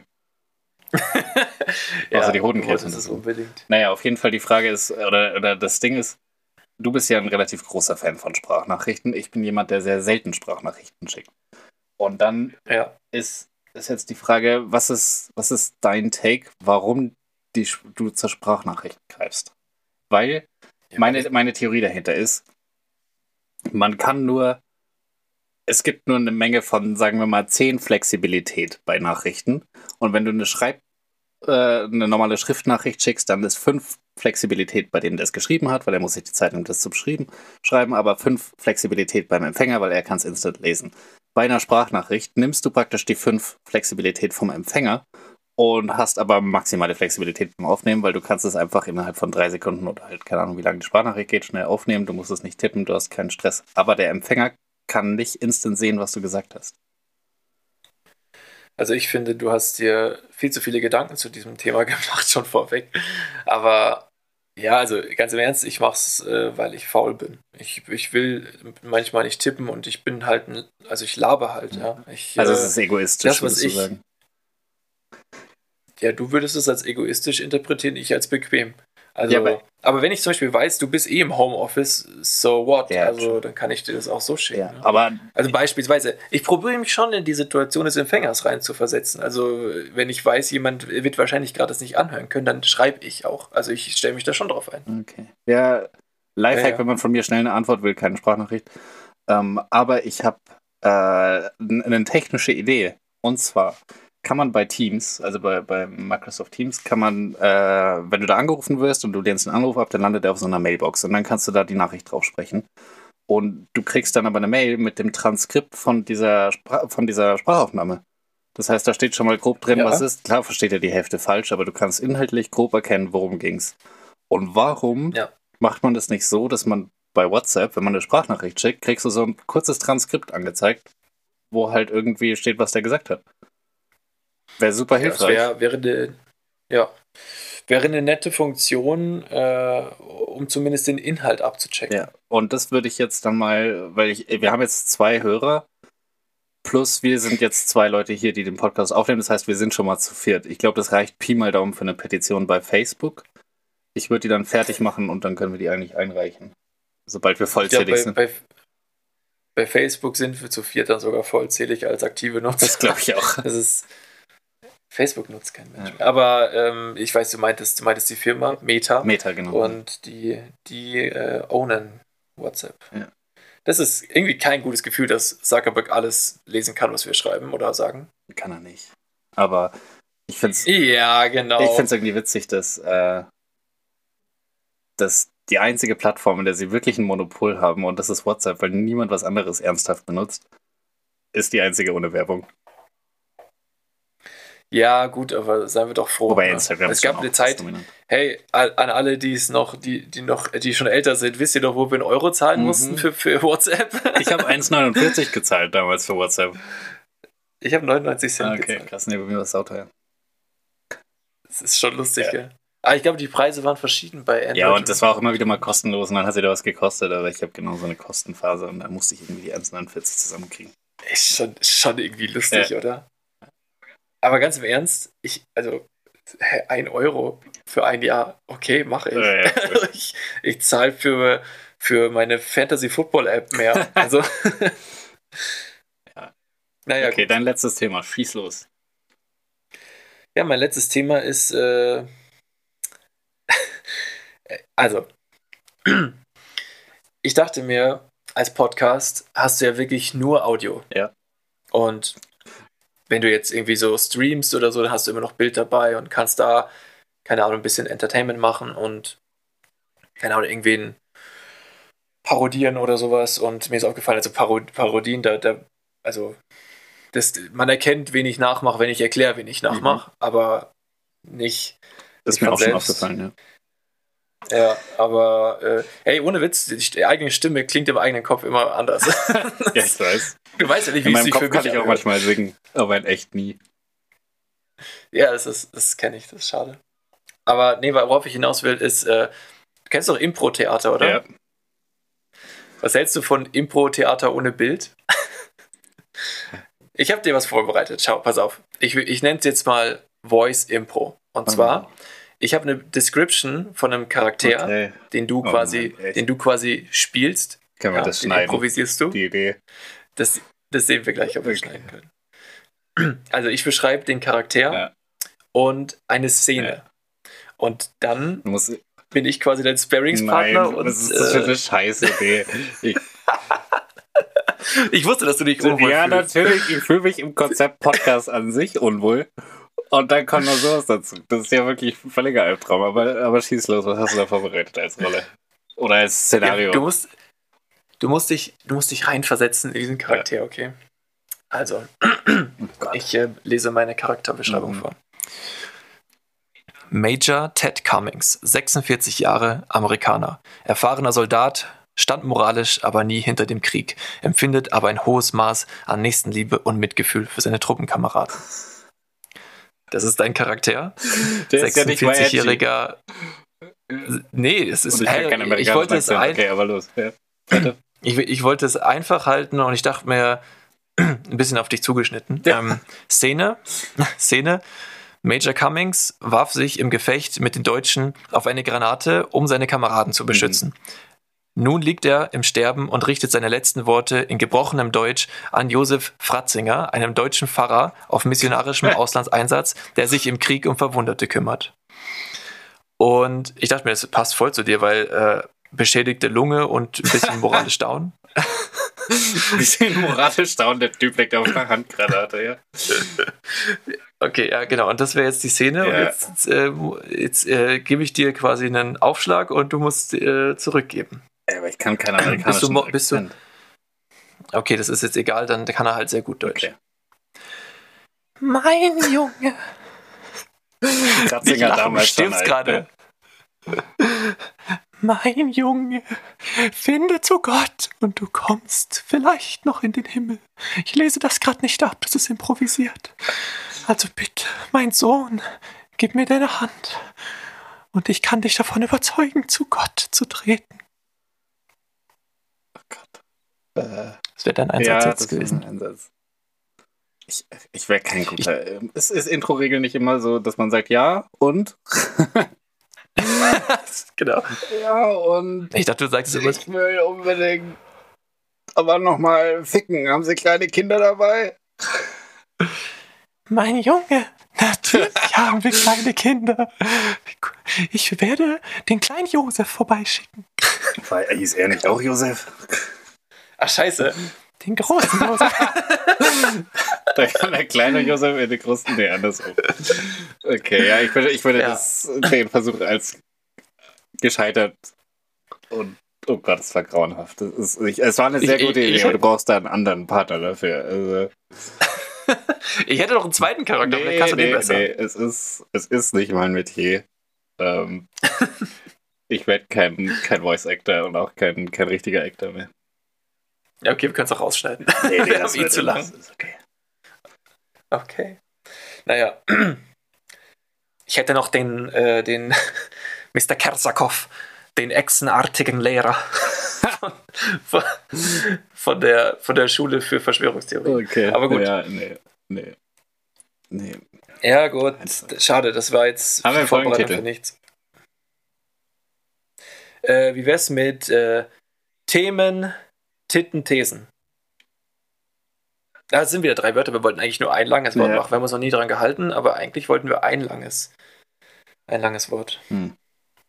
[SPEAKER 2] Ja,
[SPEAKER 3] außer die
[SPEAKER 2] du
[SPEAKER 3] Hodenkäse
[SPEAKER 2] wolltest
[SPEAKER 3] und
[SPEAKER 2] es
[SPEAKER 3] so.
[SPEAKER 2] unbedingt.
[SPEAKER 3] Naja, auf jeden Fall die Frage ist, oder, oder das Ding ist, du bist ja ein relativ großer Fan von Sprachnachrichten. Ich bin jemand, der sehr selten Sprachnachrichten schickt. Und dann
[SPEAKER 2] Ja.
[SPEAKER 3] ist, ist jetzt die Frage, was ist, was ist dein Take, warum die, du zur Sprachnachricht greifst? Weil
[SPEAKER 2] Ja,
[SPEAKER 3] meine, meine Theorie dahinter ist, man kann nur, es gibt nur eine Menge von, sagen wir mal, zehn Flexibilität bei Nachrichten. Und wenn du eine Schreib, äh, eine normale Schriftnachricht schickst, dann ist fünf Flexibilität bei dem, der es geschrieben hat, weil er muss sich die Zeit nehmen, das zu beschreiben, schreiben, aber fünf Flexibilität beim Empfänger, weil er kann es instant lesen. Bei einer Sprachnachricht nimmst du praktisch die fünf Flexibilität vom Empfänger und hast aber maximale Flexibilität beim Aufnehmen, weil du kannst es einfach innerhalb von drei Sekunden oder halt keine Ahnung, wie lange die Sprachnachricht geht, schnell aufnehmen, du musst es nicht tippen, du hast keinen Stress. Aber der Empfänger kann nicht instant sehen, was du gesagt hast.
[SPEAKER 2] Also ich finde, du hast dir viel zu viele Gedanken zu diesem Thema gemacht, schon vorweg. Aber ja, also ganz im Ernst, ich mache es, äh, weil ich faul bin. Ich, ich will manchmal nicht tippen und ich bin halt, ein, also ich laber halt, ja. Ich,
[SPEAKER 3] Also
[SPEAKER 2] äh,
[SPEAKER 3] es ist egoistisch,
[SPEAKER 2] das, was
[SPEAKER 3] würdest du
[SPEAKER 2] ich-
[SPEAKER 3] sagen.
[SPEAKER 2] Ja, du würdest es als egoistisch interpretieren, ich als bequem. Also,
[SPEAKER 3] Ja, aber-
[SPEAKER 2] aber, wenn ich zum Beispiel weiß, du bist eh im Homeoffice, so what?
[SPEAKER 3] Ja,
[SPEAKER 2] also
[SPEAKER 3] true.
[SPEAKER 2] dann kann ich dir das auch so schicken.
[SPEAKER 3] Ja,
[SPEAKER 2] ne?
[SPEAKER 3] aber
[SPEAKER 2] Also beispielsweise, ich probiere mich schon in die Situation des Empfängers rein zu versetzen. Also wenn ich weiß, jemand wird wahrscheinlich gerade das nicht anhören können, dann schreibe ich auch. Also ich stelle mich da schon drauf ein.
[SPEAKER 3] okay. Ja, Lifehack,
[SPEAKER 2] Ja, ja.
[SPEAKER 3] wenn man von mir schnell eine Antwort will, keine Sprachnachricht. Ähm, aber ich habe äh, n- eine technische Idee. Und zwar kann man bei Teams, also bei, bei Microsoft Teams, kann man, äh, wenn du da angerufen wirst und du lehnst einen Anruf ab, dann landet er auf so einer Mailbox und dann kannst du da die Nachricht drauf sprechen. Und du kriegst dann aber eine Mail mit dem Transkript von dieser, Spra- von dieser Sprachaufnahme. Das heißt, da steht schon mal grob drin,
[SPEAKER 2] Ja.
[SPEAKER 3] was ist. Klar versteht er die Hälfte falsch, aber du kannst inhaltlich grob erkennen, worum ging's. Und warum
[SPEAKER 2] Ja.
[SPEAKER 3] macht man das nicht so, dass man bei WhatsApp, wenn man eine Sprachnachricht schickt, kriegst du so ein kurzes Transkript angezeigt, wo halt irgendwie steht, was der gesagt hat. Wäre super
[SPEAKER 2] Ja, das
[SPEAKER 3] hilfreich.
[SPEAKER 2] wär, wäre eine, ja, wäre eine nette Funktion, äh, um zumindest den Inhalt abzuchecken.
[SPEAKER 3] Ja, und das würde ich jetzt dann mal, weil ich, wir haben jetzt zwei Hörer, plus wir sind jetzt zwei Leute hier, die den Podcast aufnehmen, das heißt, wir sind schon mal zu viert. Ich glaube, das reicht Pi mal Daumen für eine Petition bei Facebook. Ich würde die dann fertig machen und dann können wir die eigentlich einreichen, sobald wir
[SPEAKER 2] Ich glaub,
[SPEAKER 3] vollzählig
[SPEAKER 2] bei,
[SPEAKER 3] sind.
[SPEAKER 2] bei, bei Facebook sind wir zu viert dann sogar vollzählig als aktive Nutzer.
[SPEAKER 3] Das glaube ich auch.
[SPEAKER 2] Das ist, Facebook nutzt kein Mensch. Ja. Aber ähm, ich weiß, du meintest, du meintest die Firma Meta.
[SPEAKER 3] Meta, genau.
[SPEAKER 2] Und die, die äh, ownen WhatsApp.
[SPEAKER 3] Ja.
[SPEAKER 2] Das ist irgendwie kein gutes Gefühl, dass Zuckerberg alles lesen kann, was wir schreiben oder sagen.
[SPEAKER 3] Kann er nicht. Aber ich finde es
[SPEAKER 2] Ja, genau.
[SPEAKER 3] ich find's irgendwie witzig, dass, äh, dass die einzige Plattform, in der sie wirklich ein Monopol haben, und das ist WhatsApp, weil niemand was anderes ernsthaft benutzt, ist die einzige ohne Werbung.
[SPEAKER 2] Ja, gut, aber seien wir doch froh.
[SPEAKER 3] Wobei
[SPEAKER 2] ne?
[SPEAKER 3] Instagram
[SPEAKER 2] Es
[SPEAKER 3] ist
[SPEAKER 2] gab
[SPEAKER 3] schon
[SPEAKER 2] eine
[SPEAKER 3] auch
[SPEAKER 2] Zeit,
[SPEAKER 3] dominant.
[SPEAKER 2] hey, an alle, die es noch, die, die noch, die schon älter sind, wisst ihr doch, wo wir einen Euro zahlen
[SPEAKER 3] Mhm.
[SPEAKER 2] mussten für, für WhatsApp?
[SPEAKER 3] Ich habe eins neunundvierzig gezahlt damals für WhatsApp.
[SPEAKER 2] Ich habe neunundneunzig Cent
[SPEAKER 3] Ah, okay,
[SPEAKER 2] gezahlt.
[SPEAKER 3] krass, nee, bei mir war es sauteuer.
[SPEAKER 2] Das ist schon lustig,
[SPEAKER 3] Ja.
[SPEAKER 2] gell? Aber ich glaube, die Preise waren verschieden bei Android.
[SPEAKER 3] Ja, und das war auch immer wieder mal kostenlos und dann hat sie da was gekostet, aber ich habe genau so eine Kostenphase und da musste ich irgendwie die eins neunundvierzig zusammenkriegen.
[SPEAKER 2] Ist schon, ist schon irgendwie lustig,
[SPEAKER 3] Ja.
[SPEAKER 2] oder? Aber ganz im Ernst, ich, also, hä, ein Euro für ein Jahr, okay, mache ich.
[SPEAKER 3] Ja, ja, cool.
[SPEAKER 2] ich ich zahle für, für meine Fantasy-Football-App mehr. Also,
[SPEAKER 3] Ja.
[SPEAKER 2] naja,
[SPEAKER 3] Okay,
[SPEAKER 2] gut.
[SPEAKER 3] dein letztes Thema, schieß los.
[SPEAKER 2] Ja, mein letztes Thema ist, äh, also, ich dachte mir, als Podcast hast du ja wirklich nur Audio.
[SPEAKER 3] Ja.
[SPEAKER 2] Und wenn du jetzt irgendwie so streamst oder so, dann hast du immer noch Bild dabei und kannst da, keine Ahnung, ein bisschen Entertainment machen und, keine Ahnung, irgendwen parodieren oder sowas. Und mir ist aufgefallen, also Parod- Parodien, da, da, also, das, man erkennt, wen ich nachmache, wenn ich erkläre, wen ich nachmache, aber nicht.
[SPEAKER 3] Das
[SPEAKER 2] nicht
[SPEAKER 3] ist mir
[SPEAKER 2] von
[SPEAKER 3] auch schon
[SPEAKER 2] selbst.
[SPEAKER 3] aufgefallen, ja.
[SPEAKER 2] Ja, aber, äh, hey, ohne Witz, die eigene Stimme klingt im eigenen Kopf immer anders.
[SPEAKER 3] Ja, ich weiß.
[SPEAKER 2] Du weißt ja nicht, wie
[SPEAKER 3] In
[SPEAKER 2] es
[SPEAKER 3] meinem
[SPEAKER 2] sich
[SPEAKER 3] Kopf
[SPEAKER 2] für
[SPEAKER 3] kann
[SPEAKER 2] mich
[SPEAKER 3] ich auch
[SPEAKER 2] anhört.
[SPEAKER 3] manchmal singen, aber in echt nie.
[SPEAKER 2] Ja, das ist, das kenne ich, das ist schade. Aber nee, worauf ich hinaus will, ist, äh, du kennst doch Impro-Theater, oder?
[SPEAKER 3] Ja.
[SPEAKER 2] Was hältst du von Impro-Theater ohne Bild? Ich habe dir was vorbereitet. Schau, pass auf. Ich, ich nenne es jetzt mal Voice Impro. Und zwar, ich habe eine Description von einem Charakter,
[SPEAKER 3] Okay.
[SPEAKER 2] den du
[SPEAKER 3] Oh
[SPEAKER 2] quasi,
[SPEAKER 3] Mann, echt?
[SPEAKER 2] den du quasi spielst.
[SPEAKER 3] Können wir
[SPEAKER 2] Ja,
[SPEAKER 3] das
[SPEAKER 2] den
[SPEAKER 3] schneiden?
[SPEAKER 2] improvisierst du.
[SPEAKER 3] Die Idee.
[SPEAKER 2] Das, das sehen wir gleich, ob wir
[SPEAKER 3] Okay.
[SPEAKER 2] schneiden können. Also ich beschreibe den Charakter
[SPEAKER 3] Ja.
[SPEAKER 2] und eine Szene. Und dann
[SPEAKER 3] Du musst,
[SPEAKER 2] bin ich quasi dein Sparringspartner.
[SPEAKER 3] nein,
[SPEAKER 2] Und
[SPEAKER 3] was ist das für
[SPEAKER 2] äh,
[SPEAKER 3] eine scheiße Idee? Ich,
[SPEAKER 2] ich wusste, dass du dich unwohl
[SPEAKER 3] ja,
[SPEAKER 2] fühlst.
[SPEAKER 3] natürlich. Ich fühle mich im Konzept Podcast an sich unwohl. Und dann kommt noch sowas dazu. Das ist ja wirklich ein völliger Albtraum. Aber, aber schieß los, was hast du da vorbereitet als Rolle? Oder als Szenario?
[SPEAKER 2] Ja, du, musst, du, musst dich, du musst dich reinversetzen in diesen Charakter, okay? Also,
[SPEAKER 3] Oh Gott.
[SPEAKER 2] ich äh, lese meine Charakterbeschreibung
[SPEAKER 3] Mhm.
[SPEAKER 2] vor. Major Ted Cummings, sechsundvierzig Jahre, Amerikaner. Erfahrener Soldat, stand moralisch aber nie hinter dem Krieg, empfindet aber ein hohes Maß an Nächstenliebe und Mitgefühl für seine Truppenkameraden. Das ist dein Charakter?
[SPEAKER 3] Der ist ja nicht mal edgy.
[SPEAKER 2] sechsundvierzig-jähriger. Nee, es ist.
[SPEAKER 3] Und ich kann
[SPEAKER 2] Hey,
[SPEAKER 3] keinen
[SPEAKER 2] ich
[SPEAKER 3] amerikanischen
[SPEAKER 2] wollte es
[SPEAKER 3] Akzent.
[SPEAKER 2] ein,
[SPEAKER 3] Okay, aber los. Ja.
[SPEAKER 2] ich, ich wollte es einfach halten und ich dachte mir, ein bisschen auf dich zugeschnitten.
[SPEAKER 3] Ja.
[SPEAKER 2] Ähm, Szene, Szene. Major Cummings warf sich im Gefecht mit den Deutschen auf eine Granate, um seine Kameraden zu beschützen. Nun liegt er im Sterben und richtet seine letzten Worte in gebrochenem Deutsch an Josef Fratzinger, einem deutschen Pfarrer auf missionarischem Auslandseinsatz, der sich im Krieg um Verwundete kümmert. Und ich dachte mir, das passt voll zu dir, weil äh, beschädigte Lunge und ein bisschen moralisch down.
[SPEAKER 3] Wie sehen moralisch down, der Typ legt auf einer Handgranate, ja.
[SPEAKER 2] Okay, ja, genau. Und das wäre jetzt die Szene.
[SPEAKER 3] Ja.
[SPEAKER 2] Und jetzt, jetzt, äh, jetzt äh, gebe ich dir quasi einen Aufschlag und du musst äh, zurückgeben.
[SPEAKER 3] Ja, aber ich kann keinen amerikanischen
[SPEAKER 2] Bist du mo- bist du-
[SPEAKER 3] Akzent.
[SPEAKER 2] Okay, das ist jetzt egal, dann kann er halt sehr gut Deutsch.
[SPEAKER 3] Okay.
[SPEAKER 2] Mein Junge.
[SPEAKER 3] Ratzinger damals schon
[SPEAKER 2] stirbst
[SPEAKER 3] alt,
[SPEAKER 2] gerade. Mein Junge, finde zu Gott und du kommst vielleicht noch in den Himmel. Ich lese das gerade nicht ab, das ist improvisiert. Also bitte, mein Sohn, gib mir deine Hand und ich kann dich davon überzeugen, zu Gott zu treten.
[SPEAKER 3] Oh Gott. Äh,
[SPEAKER 2] Das wäre dein Einsatz
[SPEAKER 3] ja,
[SPEAKER 2] jetzt
[SPEAKER 3] das
[SPEAKER 2] gewesen.
[SPEAKER 3] ist ein Einsatz. Ich, ich wäre kein guter. Es ist Intro-Regel nicht immer so, dass man sagt, ja, und?
[SPEAKER 2] Genau.
[SPEAKER 3] Ja, und
[SPEAKER 2] Ich dachte, du sagst es immer.
[SPEAKER 3] ich will unbedingt aber nochmal ficken. Haben Sie kleine Kinder dabei?
[SPEAKER 2] Mein Junge, natürlich haben wir kleine Kinder. Ich werde den kleinen Josef vorbeischicken.
[SPEAKER 3] Weil, hieß er nicht auch Josef?
[SPEAKER 2] Ach, scheiße. Den großen Josef.
[SPEAKER 3] Da kann der kleine Josef in den großen. Nee, andersrum. Okay, ja, ich würde, ich würde
[SPEAKER 2] Ja.
[SPEAKER 3] das, den Versuch als gescheitert und oh Gott, es war grauenhaft. Das ist, ich, es war eine sehr
[SPEAKER 2] Ich-
[SPEAKER 3] gute
[SPEAKER 2] ich-
[SPEAKER 3] Idee,
[SPEAKER 2] ich-
[SPEAKER 3] aber du brauchst da einen anderen Partner dafür. Also,
[SPEAKER 2] Ich hätte noch einen zweiten Charakter, vielleicht
[SPEAKER 3] nee,
[SPEAKER 2] kannst du den
[SPEAKER 3] nee,
[SPEAKER 2] besser.
[SPEAKER 3] nee, es ist, es ist nicht mein Metier. Ähm, ich werde kein, kein Voice-Actor und auch kein, kein richtiger Actor mehr.
[SPEAKER 2] Ja, okay, wir können es auch rausschneiden.
[SPEAKER 3] Nee, nee,
[SPEAKER 2] wir
[SPEAKER 3] das
[SPEAKER 2] haben eh
[SPEAKER 3] wird-
[SPEAKER 2] zu lang.
[SPEAKER 3] das ist okay.
[SPEAKER 2] Okay. Naja. Ich hätte noch den, äh, den Mister Kersakov, den echsenartigen Lehrer von, von, von, der, von der Schule für Verschwörungstheorie.
[SPEAKER 3] Okay.
[SPEAKER 2] Aber gut.
[SPEAKER 3] Ja, nee, nee. Nee.
[SPEAKER 2] Ja, gut. Schade, das war jetzt
[SPEAKER 3] Haben wir einen
[SPEAKER 2] Vorbereitung
[SPEAKER 3] Folgentitel?
[SPEAKER 2] für nichts. Äh, wie wär's mit äh, Themen, Titten, Thesen? Da sind wieder drei Wörter. Wir wollten eigentlich nur ein langes Wort
[SPEAKER 3] Ja.
[SPEAKER 2] machen. Wir haben uns noch nie dran gehalten, aber eigentlich wollten wir ein langes, ein langes Wort.
[SPEAKER 3] Hm.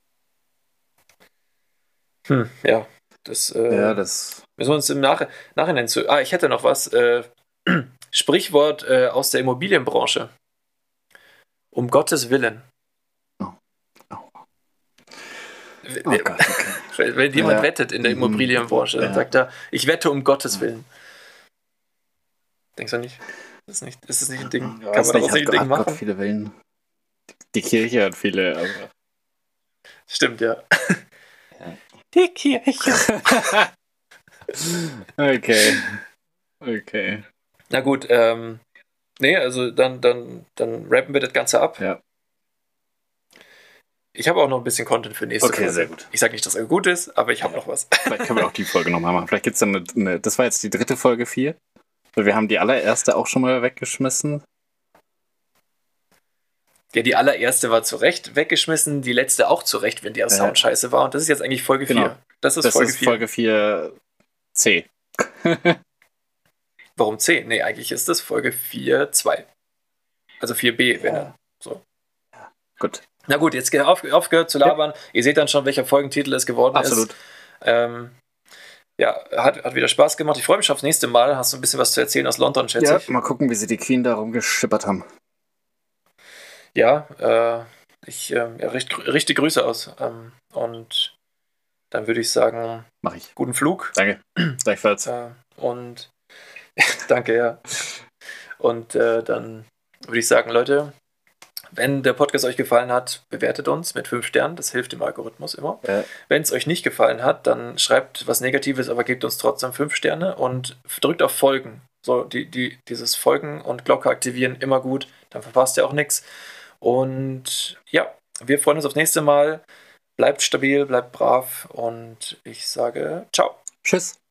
[SPEAKER 2] Hm, ja. Das, äh,
[SPEAKER 3] Ja, das.
[SPEAKER 2] müssen wir uns im Nach Nachhinein zu. Ah, ich hätte noch was. Äh, Sprichwort äh, aus der Immobilienbranche. Um Gottes Willen.
[SPEAKER 3] Oh. Oh.
[SPEAKER 2] W-
[SPEAKER 3] Oh Gott, okay.
[SPEAKER 2] Wenn wenn jemand
[SPEAKER 3] Ja.
[SPEAKER 2] wettet in der
[SPEAKER 3] Mhm.
[SPEAKER 2] Immobilienbranche, dann
[SPEAKER 3] Ja.
[SPEAKER 2] sagt er, ich wette um Gottes Willen. Denkst du nicht? Ist, nicht, ist das nicht ein Ding?
[SPEAKER 3] Ich
[SPEAKER 2] Kann
[SPEAKER 3] weiß
[SPEAKER 2] man
[SPEAKER 3] nicht,
[SPEAKER 2] daraus nicht ein
[SPEAKER 3] hat,
[SPEAKER 2] Ding
[SPEAKER 3] hat Gott
[SPEAKER 2] machen?
[SPEAKER 3] viele Willen. Die Kirche hat viele, aber.
[SPEAKER 2] Stimmt, ja.
[SPEAKER 3] Ja.
[SPEAKER 2] Die Kirche.
[SPEAKER 3] Okay. Okay.
[SPEAKER 2] Na gut, ähm, nee, also dann, dann, dann rappen wir das Ganze ab.
[SPEAKER 3] Ja.
[SPEAKER 2] Ich habe auch noch ein bisschen Content für nächste
[SPEAKER 3] Okay,
[SPEAKER 2] Folge.
[SPEAKER 3] sehr gut.
[SPEAKER 2] Ich sage nicht, dass er gut ist, aber ich habe noch was.
[SPEAKER 3] Vielleicht können wir auch die Folge nochmal machen. Vielleicht gibt es dann eine, eine. Das war jetzt die dritte Folge vier. Wir haben die allererste auch schon mal weggeschmissen.
[SPEAKER 2] Ja, die allererste war zu Recht weggeschmissen, die letzte auch zu Recht, wenn der Sound scheiße war. Und das ist jetzt eigentlich Folge
[SPEAKER 3] Genau.
[SPEAKER 2] vier. Das ist
[SPEAKER 3] Das
[SPEAKER 2] Folge
[SPEAKER 3] ist
[SPEAKER 2] vier.
[SPEAKER 3] Folge vier C.
[SPEAKER 2] Warum C? Nee, eigentlich ist das Folge vier zwei. Also vier b, wenn
[SPEAKER 3] Ja.
[SPEAKER 2] er. So.
[SPEAKER 3] Gut.
[SPEAKER 2] Na gut, jetzt ge- auf, aufgehört zu labern. Ihr seht dann schon, welcher Folgentitel es geworden
[SPEAKER 3] Absolut.
[SPEAKER 2] ist. Ähm, ja, hat, hat wieder Spaß gemacht. Ich freue mich aufs nächste Mal. Hast du ein bisschen was zu erzählen aus London, schätze
[SPEAKER 3] Ja,
[SPEAKER 2] ich?
[SPEAKER 3] mal gucken, wie sie die Queen da rumgeschippert haben.
[SPEAKER 2] Ja, äh, ich äh, ja, richt, richte Grüße aus. Ähm, und dann würde ich sagen,
[SPEAKER 3] Mach ich.
[SPEAKER 2] guten Flug.
[SPEAKER 3] Danke. Gleichfalls.
[SPEAKER 2] Äh, und danke, ja. Und äh, dann würde ich sagen, Leute, wenn der Podcast euch gefallen hat, bewertet uns mit fünf Sternen. Das hilft dem Algorithmus immer.
[SPEAKER 3] Ja.
[SPEAKER 2] Wenn es euch nicht gefallen hat, dann schreibt was Negatives, aber gebt uns trotzdem fünf Sterne und drückt auf Folgen. So, die, die, dieses Folgen und Glocke aktivieren immer gut. Dann verpasst ihr auch nichts. Und ja, wir freuen uns aufs nächste Mal. Bleibt stabil, bleibt brav und ich sage ciao.
[SPEAKER 3] Tschüss.